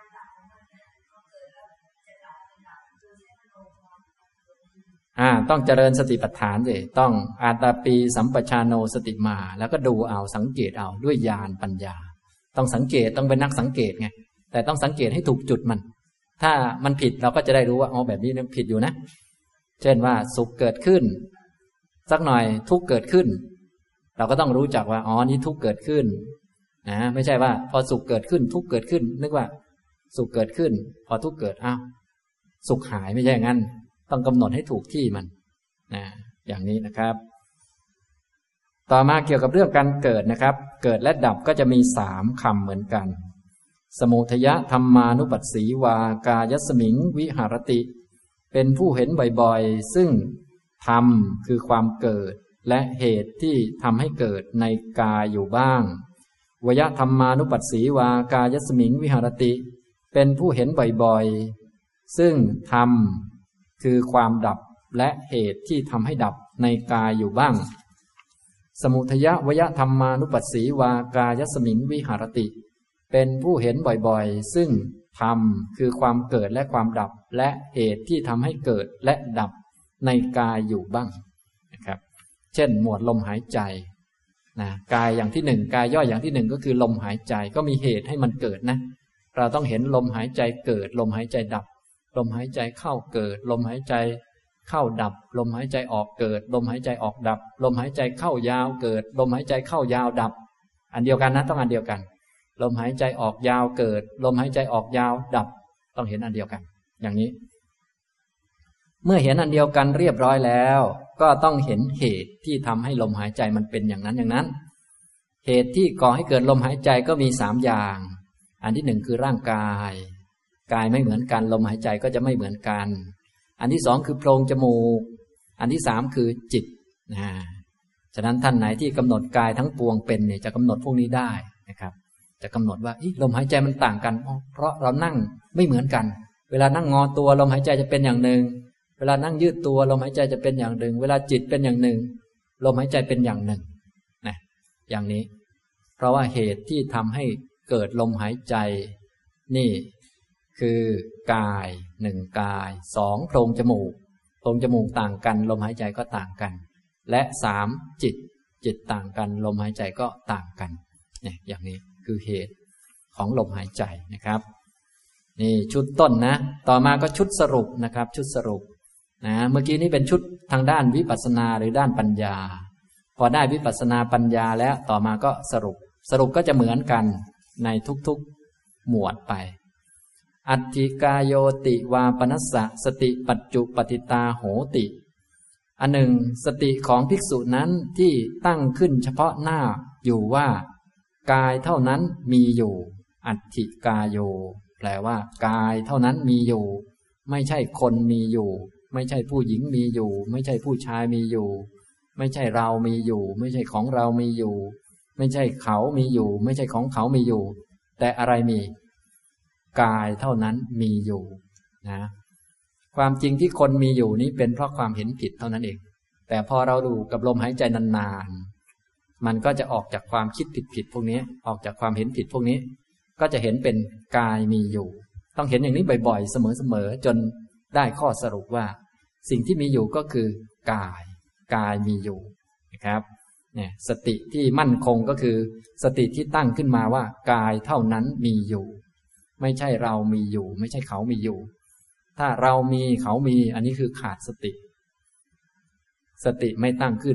อ่าต้องเจริญสติปัฏฐานสิต้องอาตาปีสัมปชานโนสติมาแล้วก็ดูเอาสังเกตเอาด้วยญาณปัญญาต้องสังเกตต้องเป็นนักสังเกตไงแต่ต้องสังเกตให้ถูกจุดมันถ้ามันผิดเราก็จะได้รู้ว่าอ๋อแบบนี้มันผิดอยู่นะเช่นว่าสุขเกิดขึ้นสักหน่อยทุกข์เกิดขึ้นเราก็ต้องรู้จักว่าอ๋อนี้ทุกข์เกิดขึ้นนะไม่ใช่ว่าพอสุขเกิดขึ้นทุกข์เกิดขึ้นนึกว่าสุขเกิดขึ้นพอทุกข์เกิดอ้าวสุขหายไม่ใช่งั้นต้องกำหนดให้ถูกที่มันนะอย่างนี้นะครับต่อมาเกี่ยวกับเรื่องการเกิดนะครับเกิดและดับก็จะมีสามคำเหมือนกันสมุทยะธรรมานุปัสสีวากายสมิงวิหารติเป็นผู้เห็นบ่อยๆซึ่งธรรมคือความเกิดและเหตุที่ทำให้เกิดในกายอยู่บ้างวยธรรมานุปัสสีวากายสมิงวิหารติเป็นผู้เห็นบ่อยๆซึ่งธรรมคือความดับและเหตุที่ทำให้ดับในกายอยู่บ้างสมุทยะวยธรรมานุปัสสีวากายสมิงวิหารติเป็นผู้เห็นบ่อยๆซึ่งธรรมคือความเกิดและความดับและเหตุที่ทำให้เกิดและดับในกายอยู่บ้างนะครับเช่นหมวดลมหายใจนะกายอย่างที่หนึ่งกายย่อยอย่างที่หนึ่งก็คือลมหายใจก็มีเหตุให้มันเกิดนะเราต้องเห็นลมหายใจเกิดลมหายใจดับลมหายใจเข้าเกิดลมหายใจเข้าดับลมหายใจออกเกิดลมหายใจออกดับลมหายใจเข้ายาวเกิดลมหายใจเข้ายาวดับอันเดียวกันนะต้องอันเดียวกันลมหายใจออกยาวเกิดลมหายใจออกยาวดับต้องเห็นอันเดียวกันอย่างนี้เมื่อเห็นอันเดียวกันเรียบร้อยแล้วก็ต้องเห็นเหตุที่ทำให้ลมหายใจมันเป็นอย่างนั้นอย่างนั้นเหตุที่ก่อให้เกิดลมหายใจก็มีสามอย่างอันที่หนึ่งคือร่างกายกายไม่เหมือนกันลมหายใจก็จะไม่เหมือนกันอันที่สองคือโพรงจมูกอันที่สามคือจิตนะฉะนั้นท่านไหนที่กำหนดกายทั้งปวงเป็นเนี่ยจะกำหนดพวกนี้ได้นะครับจะกำหนดว่าลมหายใจมันต่างกันเพราะเรานั่งไม่เหมือนกันเวลานั่งงอตัวลมหายใจจะเป็นอย่างหนึ่งเวลานั่งยืดตัวลมหายใจจะเป็นอย่างหนึ่งเวลาจิตเป็นอย่างหนึ่งลมหายใจเป็นอย่างหนึ่งนะอย่างนี้เพราะว่าเหตุที่ทำให้เกิดลมหายใจนี่คือกายหนึ่งกายสองโพรงจมูกโพรงจมูกต่างกันลมหายใจก็ต่างกันและสามจิตจิตต่างกันลมหายใจก็ต่างกันเนี่ยอย่างนี้คือเหตุของลมหายใจนะครับนี่ชุดต้นนะต่อมาก็ชุดสรุปนะครับชุดสรุปนะเมื่อกี้นี้เป็นชุดทางด้านวิปัสสนาหรือด้านปัญญาพอได้วิปัสสนาปัญญาแล้วต่อมาก็สรุปสรุปก็จะเหมือนกันในทุกๆหมวดไปอัตถิกายโยติวาปนัสสะสติปัจจุปฏิตาโหติอันหนึ่งสติของภิกษุนั้นที่ตั้งขึ้นเฉพาะหน้าอยู่ว่ากายเท่านั้นมีอยู่อัตถิกายโยแปลว่ากายเท่านั้นมีอยู่ไม่ใช่คนมีอยู่ไม่ใช่ผู้หญิงมีอยู่ไม่ใช่ผู้ชายมีอยู่ไม่ใช่เรามีอยู่ไม่ใช่ของเรามีอยู่ไม่ใช่เขามีอยู่ไม่ใช่ของเขามีอยู่แต่อะไรมีกายเท่านั้นมีอยู่นะความจริงที่คนมีอยู่นี้เป็นเพราะความเห็นผิดเท่านั้นเองแต่พอเราดูกับลมหายใจนานๆมันก็จะออกจากความคิดผิดๆพวกนี้ออกจากความเห็นผิดพวกนี้ก็จะเห็นเป็นกายมีอยู่ต้องเห็นอย่างนี้บ่อยๆเสมอๆจนได้ข้อสรุปว่าสิ่งที่มีอยู่ก็คือกายกายมีอยู่นะครับเนี่ยสติที่มั่นคงก็คือสติที่ตั้งขึ้นมาว่ากายเท่านั้นมีอยู่ไม่ใช่เรามีอยู่ไม่ใช่เขามีอยู่ถ้าเรามีเขามีอันนี้คือขาดสติสติไม่ตั้งขึ้น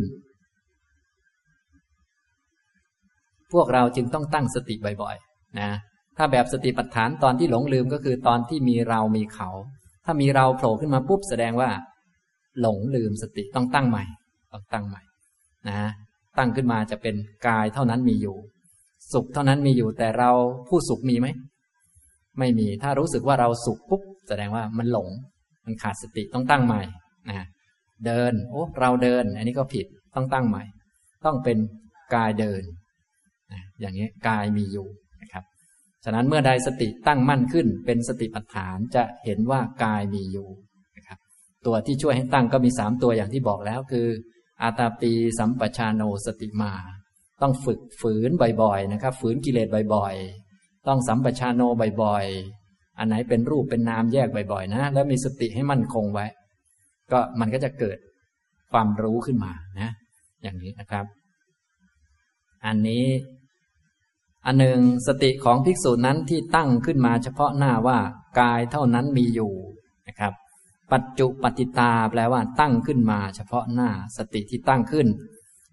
พวกเราจึงต้องตั้งสติบ่อยๆนะถ้าแบบสติปัฏฐานตอนที่หลงลืมก็คือตอนที่มีเรามีเขาถ้ามีเราโผล่ขึ้นมาปุ๊บแสดงว่าหลงลืมสติต้องตั้งใหม่ต้องตั้งใหม่นะตั้งขึ้นมาจะเป็นกายเท่านั้นมีอยู่สุขเท่านั้นมีอยู่แต่เราผู้สุขมีไหมไม่มีถ้ารู้สึกว่าเราสุขปุ๊บแสดงว่ามันหลงมันขาดสติต้องตั้งใหม่นะเดินโอ้เราเดินอันนี้ก็ผิดต้องตั้งใหม่ต้องเป็นกายเดินนะอย่างนี้กายมีอยู่นะครับฉะนั้นเมื่อใดสติตั้งมั่นขึ้นเป็นสติปัฏฐานจะเห็นว่ากายมีอยู่นะครับตัวที่ช่วยให้ตั้งก็มีสามตัวอย่างที่บอกแล้วคืออาตาปีสัมปชานโนสติมาต้องฝึกฝืนบ่อยๆนะครับฝืนกิเลสบ่อยๆต้องสัมปชานโนบ่อยๆอันไหนเป็นรูปเป็นนามแยกบ่อยๆนะแล้วมีสติให้มั่นคงไว้ก็มันก็จะเกิดความรู้ขึ้นมานะอย่างนี้นะครับอันนี้อันหนึ่งสติของภิกษุนั้นที่ตั้งขึ้นมาเฉพาะหน้าว่ากายเท่านั้นมีอยู่นะครับปัจจุปฏิตาแปลว่าตั้งขึ้นมาเฉพาะหน้าสติที่ตั้งขึ้น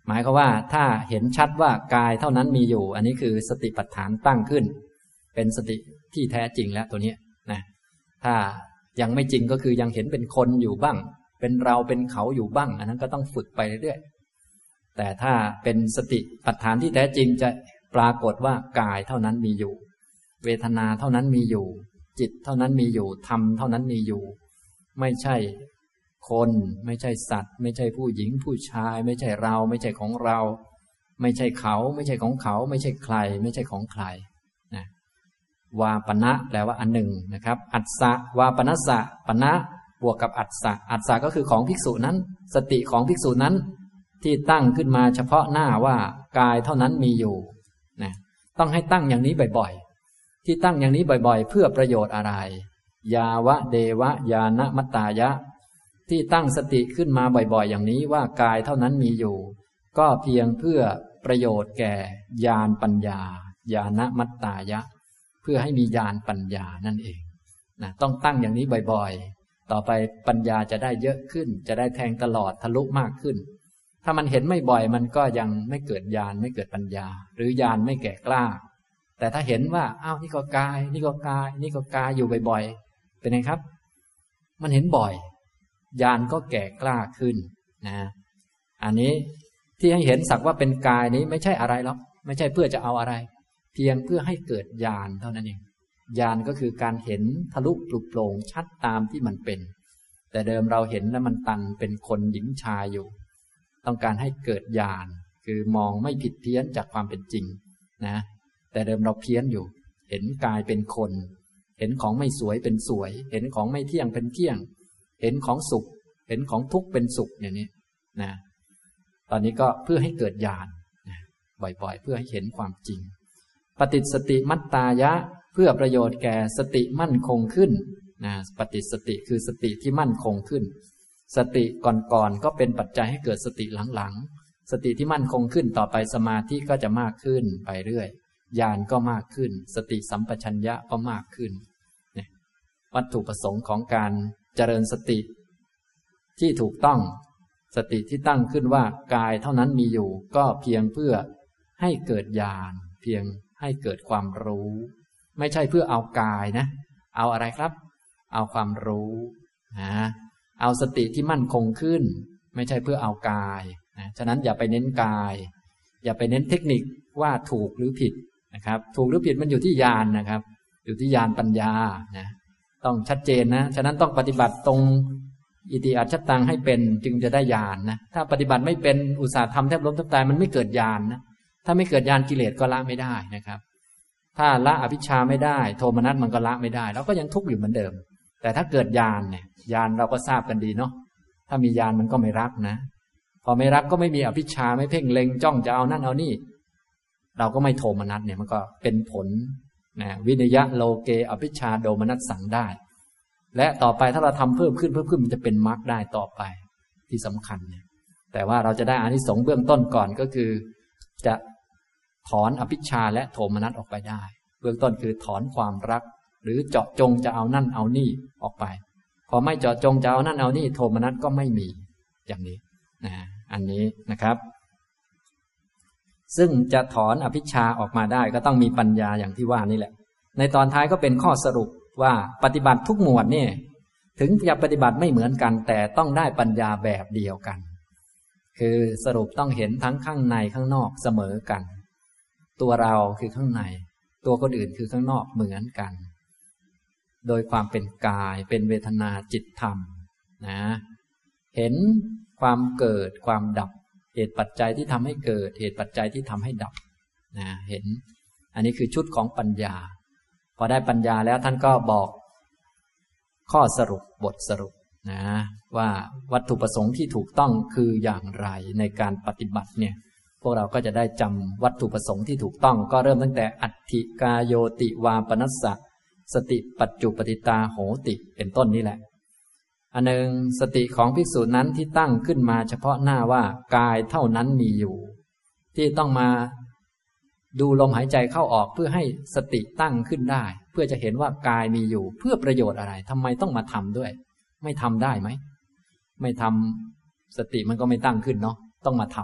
หมายความว่าถ้าเห็นชัดว่ากายเท่านั้นมีอยู่อันนี้คือสติปัฏฐานตั้งขึ้นเป็นสติที่แท้จริงแล้วตัวนี้นะถ้ายังไม่จริงก็คือยังเห็นเป็นคนอยู่บ้างเป็นเราเป็นเขาอยู่บ้างอันนั้นก็ต้องฝึกไปเรื่อยๆแต่ถ้าเป็นสติปัฏฐานที่แท้จริงจะปรากฏว่ากายเท่านั้นมีอยู่เวทนาเท่านั้นมีอยู่จิตเท่านั้นมีอยู่ธรรมเท่านั้นมีอยู่ไม่ใช่คนไม่ใช่สัตว์ไม่ใช่ผู้หญิงผู้ชายไม่ใช่เราไม่ใช่ของเราไม่ใช่เขาไม่ใช่ของเขาไม่ใช่ใครไม่ใช่ของใครนะวาปณะแปลว่าอันหนึ่งนะครับอัสสะวาปนัสสะปณะบวกกับอัสสะอัสสะก็คือของภิกษุนั้นสติของภิกษุนั้นที่ตั้งขึ้นมาเฉพาะหน้าว่ากายเท่านั้นมีอยู่นะต้องให้ตั้งอย่างนี้บ่อยๆที่ตั้งอย่างนี้บ่อยๆเพื่อประโยชน์อะไรยาวะเดวะยานะมัตตายะที่ตั้งสติขึ้นมาบ่อยๆอย่างนี้ว่ากายเท่านั้นมีอยู่ก็เพียงเพื่อประโยชน์แก่ญาณปัญญาญาณมัตตายะเพื่อให้มีญาณปัญญานั่นเองนะต้องตั้งอย่างนี้บ่อยๆต่อไปปัญญาจะได้เยอะขึ้นจะได้แทงตลอดทะลุมากขึ้นถ้ามันเห็นไม่บ่อยมันก็ยังไม่เกิดญาณไม่เกิดปัญญาหรือญาณไม่แก่กล้าแต่ถ้าเห็นว่าอ้าวนี่ก็กายนี่ก็กายนี่ก็กายอยู่บ่อยๆเป็นไงครับมันเห็นบ่อยญาณก็แก่กล้าขึ้นนะอันนี้ที่ให้เห็นสักว่าเป็นกายนี้ไม่ใช่อะไรหรอกไม่ใช่เพื่อจะเอาอะไรเพียงเพื่อให้เกิดญาณเท่านั้นเองญาณก็คือการเห็นทะลุปลุกโปร่งชัดตามที่มันเป็นแต่เดิมเราเห็นแล้วมันตันเป็นคนหญิงชายอยู่ต้องการให้เกิดญาณคือมองไม่ผิดเพี้ยนจากความเป็นจริงนะแต่เดิมเราเพี้ยนอยู่เห็นกายเป็นคนเห็นของไม่สวยเป็นสวยเห็นของไม่เที่ยงเป็นเที่ยงเห็นของสุขเห็นของทุกข์เป็นสุขอย่างนี้นะตอนนี้ก็เพื่อให้เกิดญาณนะบ่อยๆเพื่อให้เห็นความจริงปฏิสติมัตตายะเพื่อประโยชน์แก่สติมั่นคงขึ้นนะปฏิสติคือสติที่มั่นคงขึ้นสติก่อนๆก็เป็นปัจจัยให้เกิดสติหลังๆสติที่มั่นคงขึ้นต่อไปสมาธิก็จะมากขึ้นไปเรื่อยญาณก็มากขึ้นสติสัมปชัญญะก็มากขึ้นเนี่ยวัตถุประสงค์ของการเจริญสติที่ถูกต้องสติที่ตั้งขึ้นว่ากายเท่านั้นมีอยู่ก็เพียงเพื่อให้เกิดญาณเพียงให้เกิดความรู้ไม่ใช่เพื่อเอากายนะเอาอะไรครับเอาความรู้นะเอาสติที่มั่นคงขึ้นไม่ใช่เพื่อเอากายนะฉะนั้นอย่าไปเน้นกายอย่าไปเน้นเทคนิคว่าถูกหรือผิดนะครับถูกหรือผิดมันอยู่ที่ญาณนะครับอยู่ที่ญาณปัญญานะต้องชัดเจนนะฉะนั้นต้องปฏิบัติตรงอิติอัจฉตังให้เป็นจึงจะได้ญาณนะถ้าปฏิบัติไม่เป็นอุตสาห์ทำแทบล้มแทบตายมันไม่เกิดญาณนะถ้าไม่เกิดญาณกิเลสก็ละไม่ได้นะครับถ้าละอภิชฌาไม่ได้โทมนัสมันก็ละไม่ได้เราก็ยังทุกข์อยู่เหมือนเดิมแต่ถ้าเกิดญาณเนี่ยญาณเราก็ทราบกันดีเนาะถ้ามีญาณมันก็ไม่รักนะพอไม่รักก็ไม่มีอภิชฌาไม่เพ่งเล็งจ้องจะเอานั่นเอานี่เราก็ไม่โทมนัสเนี่ยมันก็เป็นผลนะวินยะโลเกอภิชฌาโดมนัสสังได้และต่อไปถ้าเราทำเพิ่มขึ้นเพิ่มขึ้นมันจะเป็นมรรคได้ต่อไปที่สำคัญเนี่ยแต่ว่าเราจะได้อานิสงส์เบื้องต้นก่อนก็คือจะถอนอภิชฌาและโทมนัสออกไปได้เบื้องต้นคือถอนความรักหรือเจาะจงจะเอานั่นเอานี่ออกไปพอไม่เจาะจงจะเอานั่นเอานี่โทมนัสก็ไม่มีอย่างนี้นะอันนี้นะครับซึ่งจะถอนอภิชฌาออกมาได้ก็ต้องมีปัญญาอย่างที่ว่านี่แหละในตอนท้ายก็เป็นข้อสรุปว่าปฏิบัติทุกหมวดเนี่ยถึงจะปฏิบัติไม่เหมือนกันแต่ต้องได้ปัญญาแบบเดียวกันคือสรุปต้องเห็นทั้งข้างในข้างนอกเสมอกันตัวเราคือข้างในตัวคนอื่นคือข้างนอกเหมือนกันโดยความเป็นกายเป็นเวทนาจิตธรรมนะเห็นความเกิดความดับเหตุปัจจัยที่ทำให้เกิดเหตุปัจจัยที่ทำให้ดับนะเห็นอันนี้คือชุดของปัญญาพอได้ปัญญาแล้วท่านก็บอกข้อสรุปบทสรุปนะว่าวัตถุประสงค์ที่ถูกต้องคืออย่างไรในการปฏิบัติเนี่ยพวกเราก็จะได้จำวัตถุประสงค์ที่ถูกต้องก็เริ่มตั้งแต่อัตถิกายโยติวาปนัสสะสติปัจจุปฏิตาโหติเป็นต้นนี้แหละอันหนึ่งสติของภิกษุนั้นที่ตั้งขึ้นมาเฉพาะหน้าว่ากายเท่านั้นมีอยู่ที่ต้องมาดูลมหายใจเข้าออกเพื่อให้สติตั้งขึ้นได้เพื่อจะเห็นว่ากายมีอยู่เพื่อประโยชน์อะไรทำไมต้องมาทำด้วยไม่ทำได้ไหมไม่ทำสติมันก็ไม่ตั้งขึ้นเนาะต้องมาทำ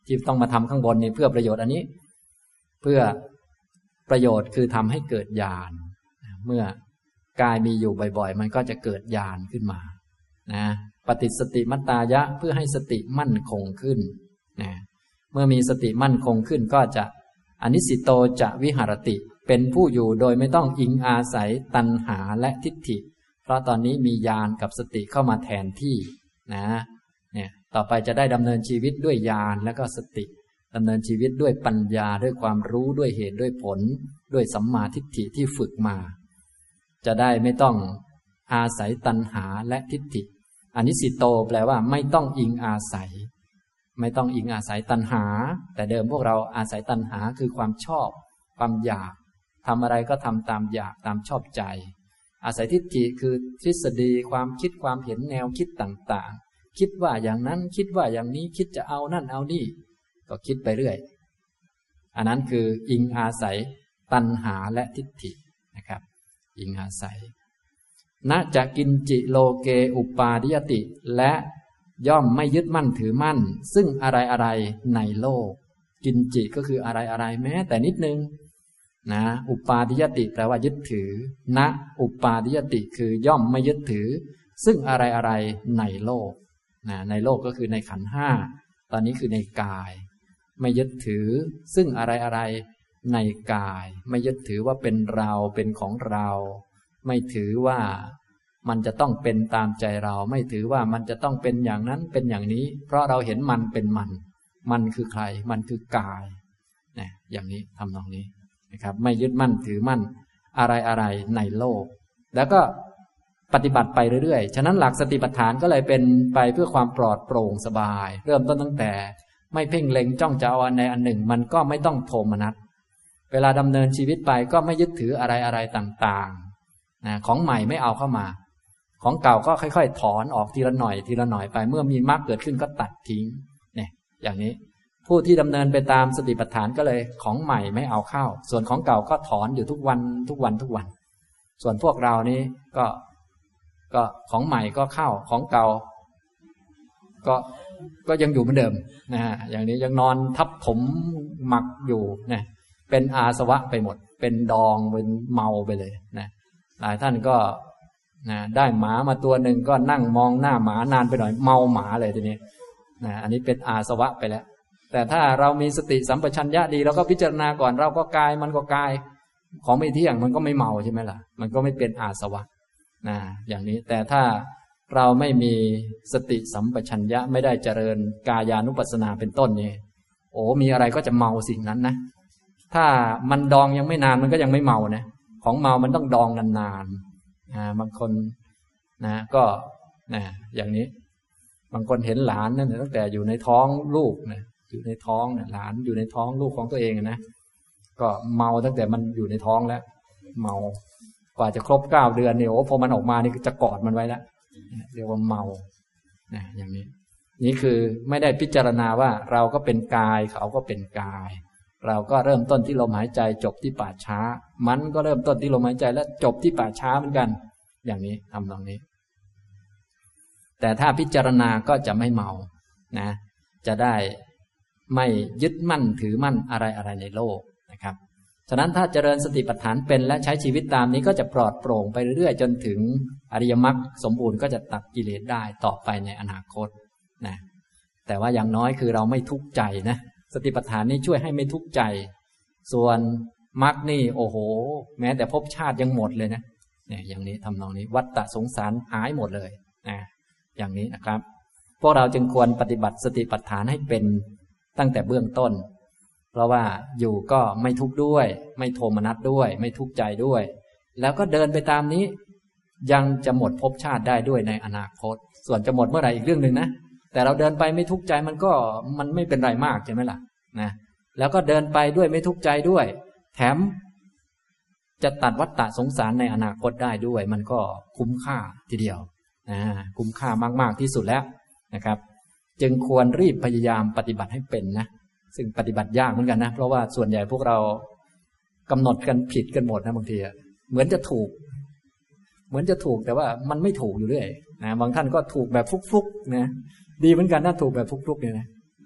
ที่ต้องมาทำข้างบนนี่เพื่อประโยชน์อันนี้เพื่อประโยชน์คือทำให้เกิดญาณเมื่อกายมีอยู่บ่อยๆมันก็จะเกิดญาณขึ้นมานะปฏิสติมัตตายะเพื่อให้สติมั่นคงขึ้นนะเมื่อมีสติมั่นคงขึ้นก็จะอนิสิโตจะวิหารติเป็นผู้อยู่โดยไม่ต้องอิงอาศัยตัณหาและทิฏฐิเพราะตอนนี้มีญาณกับสติเข้ามาแทนที่นะเนี่ยต่อไปจะได้ดำเนินชีวิตด้วยญาณและก็สติดำเนินชีวิตด้วยปัญญาด้วยความรู้ด้วยเหตุด้วยผลด้วยสัมมาทิฏฐิที่ฝึกมาจะได้ไม่ต้องอาศัยตัณหาและทิฏฐิอนิสิโตแปลว่าไม่ต้องอิงอาศัยไม่ต้องอิงอาศัยตัณหาแต่เดิมพวกเราอาศัยตัณหาคือความชอบความอยากทำอะไรก็ทำตามอยากตามชอบใจอาศัยทิฏฐิคือทฤษฎีความคิดความเห็นแนวคิดต่างๆคิดว่าอย่างนั้นคิดว่าอย่างนี้คิดจะเอานั่นเอานี่ก็คิดไปเรื่อยอันนั้นคืออิงอาศัยตัณหาและทิฏฐินะครับอิงอาศัยณจะกินจิโลเกอุปาดิยติและย่อมไม่ยึดมั่นถือมั่นซึ่งอะไรอะไรในโลกกินจิก็คืออะไรอะไรแม้แต่นิดนึงนะอุปาดิยติแปลว่ายึดถือณอุปาดิยติคือย่อมไม่ยึดถือซึ่งอะไรอะไรในโลกนะในโลกก็คือในขันธ์ห้าตอนนี้คือในกายไม่ยึดถือซึ่งอะไรอะไรในกายไม่ยึดถือว่าเป็นเราเป็นของเราไม่ถือว่ามันจะต้องเป็นตามใจเราไม่ถือว่ามันจะต้องเป็นอย่างนั้นเป็นอย่างนี้เพราะเราเห็นมันเป็นมันมันคือใครมันคือกายนะอย่างนี้ทำนองนี้นะครับไม่ยึดมั่นถือมั่นอะไรอะไรในโลกแล้วก็ปฏิบัติไปเรื่อยๆฉะนั้นหลักสติปัฏฐานก็เลยเป็นไปเพื่อความปลอดโปร่งสบายเริ่มต้นตั้งแต่ไม่เพ่งเล็งจ้องจะเอาอันใดอันหนึ่งมันก็ไม่ต้องโทมนัสเวลาดำเนินชีวิตไปก็ไม่ยึดถืออะไรอะไรต่างๆนะของใหม่ไม่เอาเข้ามาของเก่าก็ค่อยๆถอนออกทีละหน่อยทีละหน่อยไปเมื่อมีมรรคเกิดขึ้นก็ตัดทิ้งเนี่ยอย่างนี้ผู้ที่ดำเนินไปตามสติปัฏฐานก็เลยของใหม่ไม่เอาเข้าส่วนของเก่าก็ถอนอยู่ทุกวันทุกวันทุกวันส่วนพวกเรานี้ก็ก็ของใหม่ก็เข้าของเก่าก็ก็ยังอยู่เหมือนเดิมนะฮะอย่างนี้ยังนอนทับถมหมักอยู่นะเป็นอาสวะไปหมดเป็นดองเป็นเมาไปเลยนะหลายท่านก็นะได้หมามาตัวหนึ่งก็นั่งมองหน้าหมานานไปหน่อยเมาหมาเลยทีนี้นะอันนี้เป็นอาสวะไปแล้วแต่ถ้าเรามีสติสัมปชัญญะดีเราก็พิจารณาก่อนเราก็กายมันก็กายของไม่เที่ยงมันก็ไม่เมาใช่ไหมล่ะมันก็ไม่เป็นอาสวะนะอย่างนี้แต่ถ้าเราไม่มีสติสัมปชัญญะไม่ได้เจริญกายานุปัสสนาเป็นต้นนี่โอ้มีอะไรก็จะเมาสิ่งนั้นนะถ้ามันดองยังไม่นานมันก็ยังไม่เมานะของเมามันต้องดองนานๆนะบางคนนะก็นะอย่างนี้บางคนเห็นหลานนั่นตั้งแต่อยู่ในท้องลูกนะอยู่ในท้องเนี่ยหลานอยู่ในท้องลูกของตัวเองนะก็เมาตั้งแต่มันอยู่ในท้องแล้วเมากว่าจะครบเก้าเดือนเนี่ยโอ้พอมันออกมานี่จะกอดมันไว้แล้วเรียกว่าเมานะอย่างนี้นี่คือไม่ได้พิจารณาว่าเราก็เป็นกายเขาก็เป็นกายเราก็เริ่มต้นที่ลมหายใจจบที่ป่าช้ามันก็เริ่มต้นที่ลมหายใจและจบที่ป่าช้าเหมือนกันอย่างนี้ทำตรงนี้แต่ถ้าพิจารณาก็จะไม่เมานะจะได้ไม่ยึดมั่นถือมั่นอะไรอะไรในโลกนะครับฉะนั้นถ้าเจริญสติปัฏฐานเป็นและใช้ชีวิตตามนี้ก็จะปลอดโปร่งไปเรื่อยๆจนถึงอริยมรรคสมบูรณ์ก็จะตัดกิเลสได้ต่อไปในอนาคตนะแต่ว่าอย่างน้อยคือเราไม่ทุกข์ใจนะสติปัฏฐานนี้ช่วยให้ไม่ทุกข์ใจส่วนมรรคนี่โอ้โหแม้แต่ภพชาติยังหมดเลยนะเนี่ยอย่างนี้ทำนองนี้วัฏฏะสงสารหายหมดเลยนะอย่างนี้นะครับพวกเราจึงควรปฏิบัติสติปัฏฐานให้เป็นตั้งแต่เบื้องต้นเพราะว่าอยู่ก็ไม่ทุกข์ด้วยไม่โทมนัสด้วยไม่ทุกข์ใจด้วยแล้วก็เดินไปตามนี้ยังจะหมดภพชาติได้ด้วยในอนาคตส่วนจะหมดเมื่อไหร่อีกเรื่องหนึ่งนะแต่เราเดินไปไม่ทุกข์ใจมันก็มันไม่เป็นไรมากใช่ไหมล่ะนะแล้วก็เดินไปด้วยไม่ทุกข์ใจด้วยแถมจะตัดวัฏฏะสงสารในอนาคตได้ด้วยมันก็คุ้มค่าทีเดียวนะคุ้มค่ามากๆที่สุดแล้วนะครับจึงควรรีบพยายามปฏิบัติให้เป็นนะซึ่งปฏิบัติยากเหมือนกันนะเพราะว่าส่วนใหญ่พวกเรากำหนดกันผิดกันหมดนะบางทีเหมือนจะถูกเหมือนจะถูกแต่ว่ามันไม่ถูกอยู่เรื่อยนะบางท่านก็ถูกแบบฟุกๆนะดีเหมือนกันนะถูกแบบฟุกๆเนี่ยนะ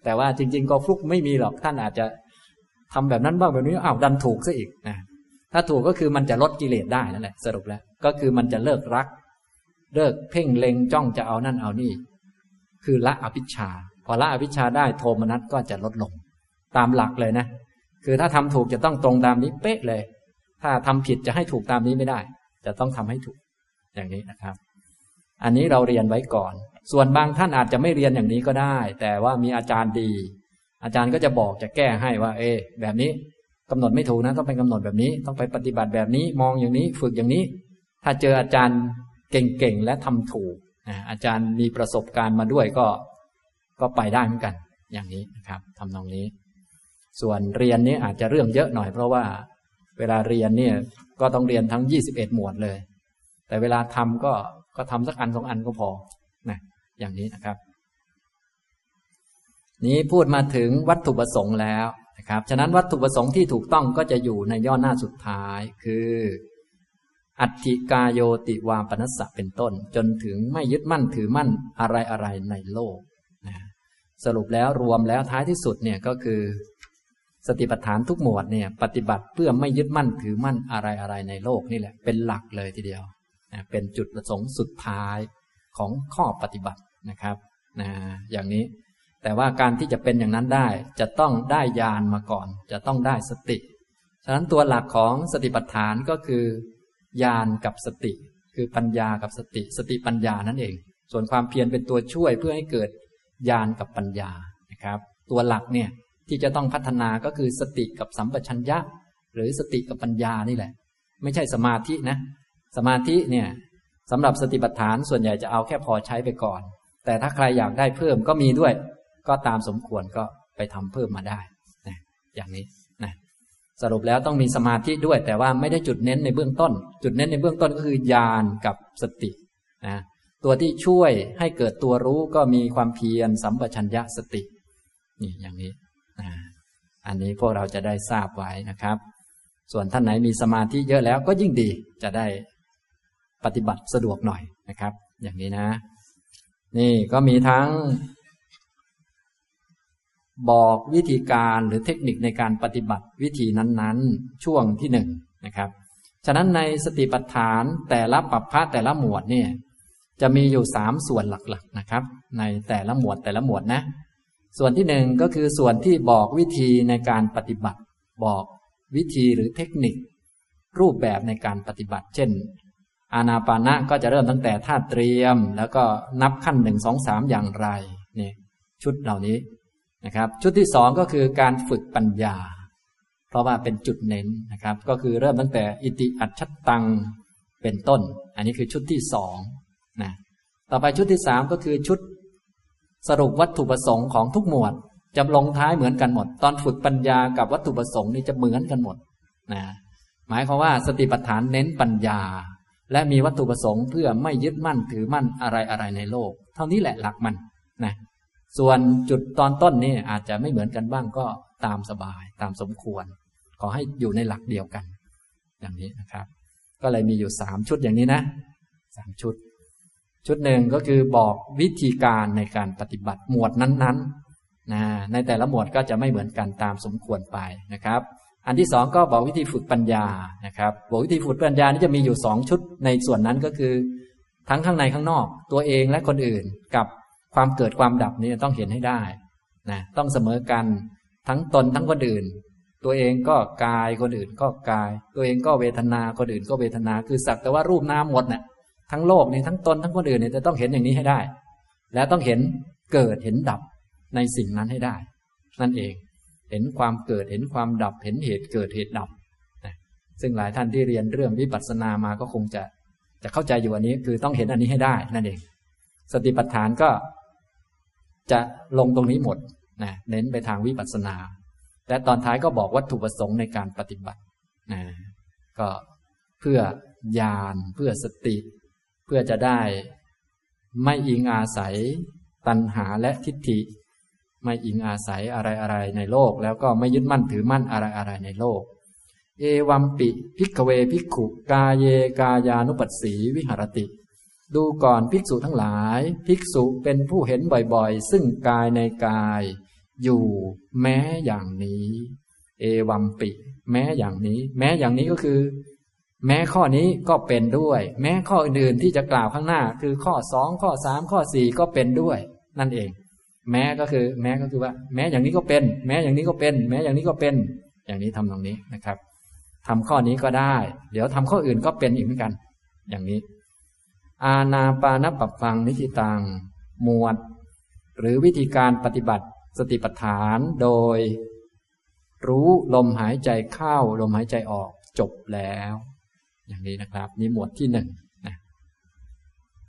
แต่ว่าจริงๆก็ฟลุกไม่มีหรอกท่านอาจจะทำแบบนั้นบ้างแบบนี้อ้าวดันถูกซะอีกนะถ้าถูกก็คือมันจะลดกิเลสได้นั่นแหละสรุปแล้วก็คือมันจะเลิกรักเลิกเพ่งเล็งจ้องจะเอานั่นเอานี่คือละอภิชฌาพอละอภิชฌาได้โทมนัสก็จะลดลงตามหลักเลยนะคือถ้าทำถูกจะต้องตรงตามนี้เป๊ะเลยถ้าทำผิดจะให้ถูกตามนี้ไม่ได้จะต้องทำให้ถูกอย่างนี้นะครับอันนี้เราเรียนไว้ก่อนส่วนบางท่านอาจจะไม่เรียนอย่างนี้ก็ได้แต่ว่ามีอาจารย์ดีอาจารย์ก็จะบอกจะแก้ให้ว่าเอแบบนี้กำหนดไม่ถูกนะต้องไปกำหนดแบบนี้ต้องไปปฏิบัติแบบนี้มองอย่างนี้ฝึกอย่างนี้ถ้าเจออาจารย์เก่งๆและทำถูกอาจารย์มีประสบการณ์มาด้วยก็ก็ไปได้เหมือนกันอย่างนี้นะครับทำนองนี้ส่วนเรียนนี้อาจจะเรื่องเยอะหน่อยเพราะว่าเวลาเรียนเนี่ยก็ต้องเรียนทั้งยี่สิบเอ็ดหมวดเลยแต่เวลาทำก็ก็ทำสักอันสองอันก็พอนะอย่างนี้นะครับนี้พูดมาถึงวัตถุประสงค์แล้วนะครับฉะนั้นวัตถุประสงค์ที่ถูกต้องก็จะอยู่ในย่อหน้าสุดท้ายคืออัตถิกายโยติวาปนัสสะเป็นต้นจนถึงไม่ยึดมั่นถือมั่นอะไรอะไรในโลกนะสรุปแล้วรวมแล้วท้ายที่สุดเนี่ยก็คือสติปัฏฐานทุกหมวดเนี่ยปฏิบัติเพื่อไม่ยึดมั่นถือมั่นอะไรอะไรในโลกนี่แหละเป็นหลักเลยทีเดียวนะเป็นจุดประสงค์สุดท้ายของข้อปฏิบัตินะครับนะอย่างนี้แต่ว่าการที่จะเป็นอย่างนั้นได้จะต้องได้ญาณมาก่อนจะต้องได้สติฉะนั้นตัวหลักของสติปัฏฐานก็คือญาณกับสติคือปัญญากับสติสติปัญญานั่นเองส่วนความเพียรเป็นตัวช่วยเพื่อให้เกิดญาณกับปัญญานะครับตัวหลักเนี่ยที่จะต้องพัฒนาก็คือสติกับสัมปชัญญะหรือสติกับปัญญานี่แหละไม่ใช่สมาธินะสมาธิเนี่ยสำหรับสติปัฏฐานส่วนใหญ่จะเอาแค่พอใช้ไปก่อนแต่ถ้าใครอยากได้เพิ่มก็มีด้วยก็ตามสมควรก็ไปทำเพิ่มมาได้นะอย่างนี้นะสรุปแล้วต้องมีสมาธิด้วยแต่ว่าไม่ได้จุดเน้นในเบื้องต้นจุดเน้นในเบื้องต้นก็คือญาณกับสตินะตัวที่ช่วยให้เกิดตัวรู้ก็มีความเพียรสัมปชัญญะสตินี่อย่างนี้นะอันนี้พวกเราจะได้ทราบไว้นะครับส่วนท่านไหนมีสมาธิเยอะแล้วก็ยิ่งดีจะได้ปฏิบัติสะดวกหน่อยนะครับอย่างนี้นะนี่ก็มีทั้งบอกวิธีการหรือเทคนิคในการปฏิบัติวิธีนั้นๆช่วงที่หนึ่งนะครับฉะนั้นในสติปัฏฐานแต่ละปัปพะแต่ละหมวดเนี่ยจะมีอยู่สามส่วนหลักๆนะครับในแต่ละหมวดแต่ละหมวดนะส่วนที่หนึ่งก็คือส่วนที่บอกวิธีในการปฏิบัติบอกวิธีหรือเทคนิครูปแบบในการปฏิบัติเช่นอานาปานะก็จะเริ่มตั้งแต่ท่าเตรียมแล้วก็นับขั้นหนึ่งสองสามอย่างไรนี่ชุดเหล่านี้นะครับชุดที่สองก็คือการฝึกปัญญาเพราะว่าเป็นจุดเน้นนะครับก็คือเริ่มตั้งแต่อิติอัจฉตังเป็นต้นอันนี้คือชุดที่สองนะต่อไปชุดที่สามก็คือชุดสรุปวัตถุประสงค์ของทุกหมวดจะลงท้ายเหมือนกันหมดตอนฝึกปัญญากับวัตถุประสงค์นี่จะเหมือนกันหมดนะหมายความว่าสติปัฏฐานเน้นปัญญาและมีวัตถุประสงค์เพื่อไม่ยึดมั่นถือมั่นอะไรอะไรในโลกเท่านี้แหละหลักมันนะส่วนจุดตอนต้นนี่อาจจะไม่เหมือนกันบ้างก็ตามสบายตามสมควรขอให้อยู่ในหลักเดียวกันอย่างนี้นะครับก็เลยมีอยู่สามชุดอย่างนี้นะสามชุดชุดหนึ่งก็คือบอกวิธีการในการปฏิบัติหมวดนั้นๆนะในแต่ละหมวดก็จะไม่เหมือนกันตามสมควรไปนะครับอันที่สองก็บอกวิธีฝึกปัญญานะครับบอกวิธีฝึกปัญญานี่จะมีอยู่สองชุดในส่วนนั้นก็คือทั้งข้างในข้างนอกตัวเองและคนอื่นกับความเกิดความดับนี่ต้องเห็นให้ได้นะต้องเสมอกันทั้งตนทั้งคนอื่นตัวเองก็กายคนอื่นก็กายตัวเองก็เวทนาคนอื่นก็เวทนาคือสักแต่ว่ารูปนามหมดน่ะทั้งโลกนี่ทั้งตนทั้งคนอื่นเนี่ยจะต้องเห็นอย่างนี้ให้ได้และต้องเห็นเกิดเห็นดับในสิ่งนั้นให้ได้นั่นเองเห็นความเกิดเห็นความดับเห็นเหตุเกิดเหตุดับนะซึ่งหลายท่านที่เรียนเรื่องวิปัสสนามาก็คงจะจะเข้าใจอยู่อันนี้คือต้องเห็นอันนี้ให้ได้นั่นเองสติปัฏฐานก็จะลงตรงนี้หมดนะเน้นไปทางวิปัสสนาและตอนท้ายก็บอกวัตถุประสงค์ในการปฏิบัตินะก็เพื่อญาณเพื่อสติเพื่อจะได้ไม่อิงอาศัยตัณหาและทิฏฐิไม่อิงอาศัยอะไรอะไรในโลกแล้วก็ไม่ยึดมั่นถือมั่นอะไรอะไรในโลกเอวัมปิภิกขเวภิกขุกาเยกายานุปัสสีวิหรติดูก่อนภิกษุทั้งหลายภิกษุเป็นผู้เห็นบ่อยๆซึ่งกายในกายอยู่แม้อย่างนี้เอวัมปิแม้อย่างนี้แม้อย่างนี้ก็คือแม้ข้อนี้ก็เป็นด้วยแม้ข้ออื่นๆที่จะกล่าวข้างหน้าคือข้อสองข้อสามข้อสี่ก็เป็นด้วยนั่นเองแม้ก็คือแม้ก็คือว่าแม้อย่างนี้ก็เป็นแม้อย่างนี้ก็เป็นแม้อย่างนี้ก็เป็นอย่างนี้ทำตรงนี้นะครับทำข้อนี้ก็ได้เดี๋ยวทำข้ออื่นก็เป็นอีกเหมือนกันอย่างนี้อานาปานปัปปังนิธิตังหมวดหรือวิธีการปฏิบัติสติปัฏฐานโดยรู้ลมหายใจเข้าลมหายใจออกจบแล้วอย่างนี้นะครับนี่หมวดที่หนึ่ง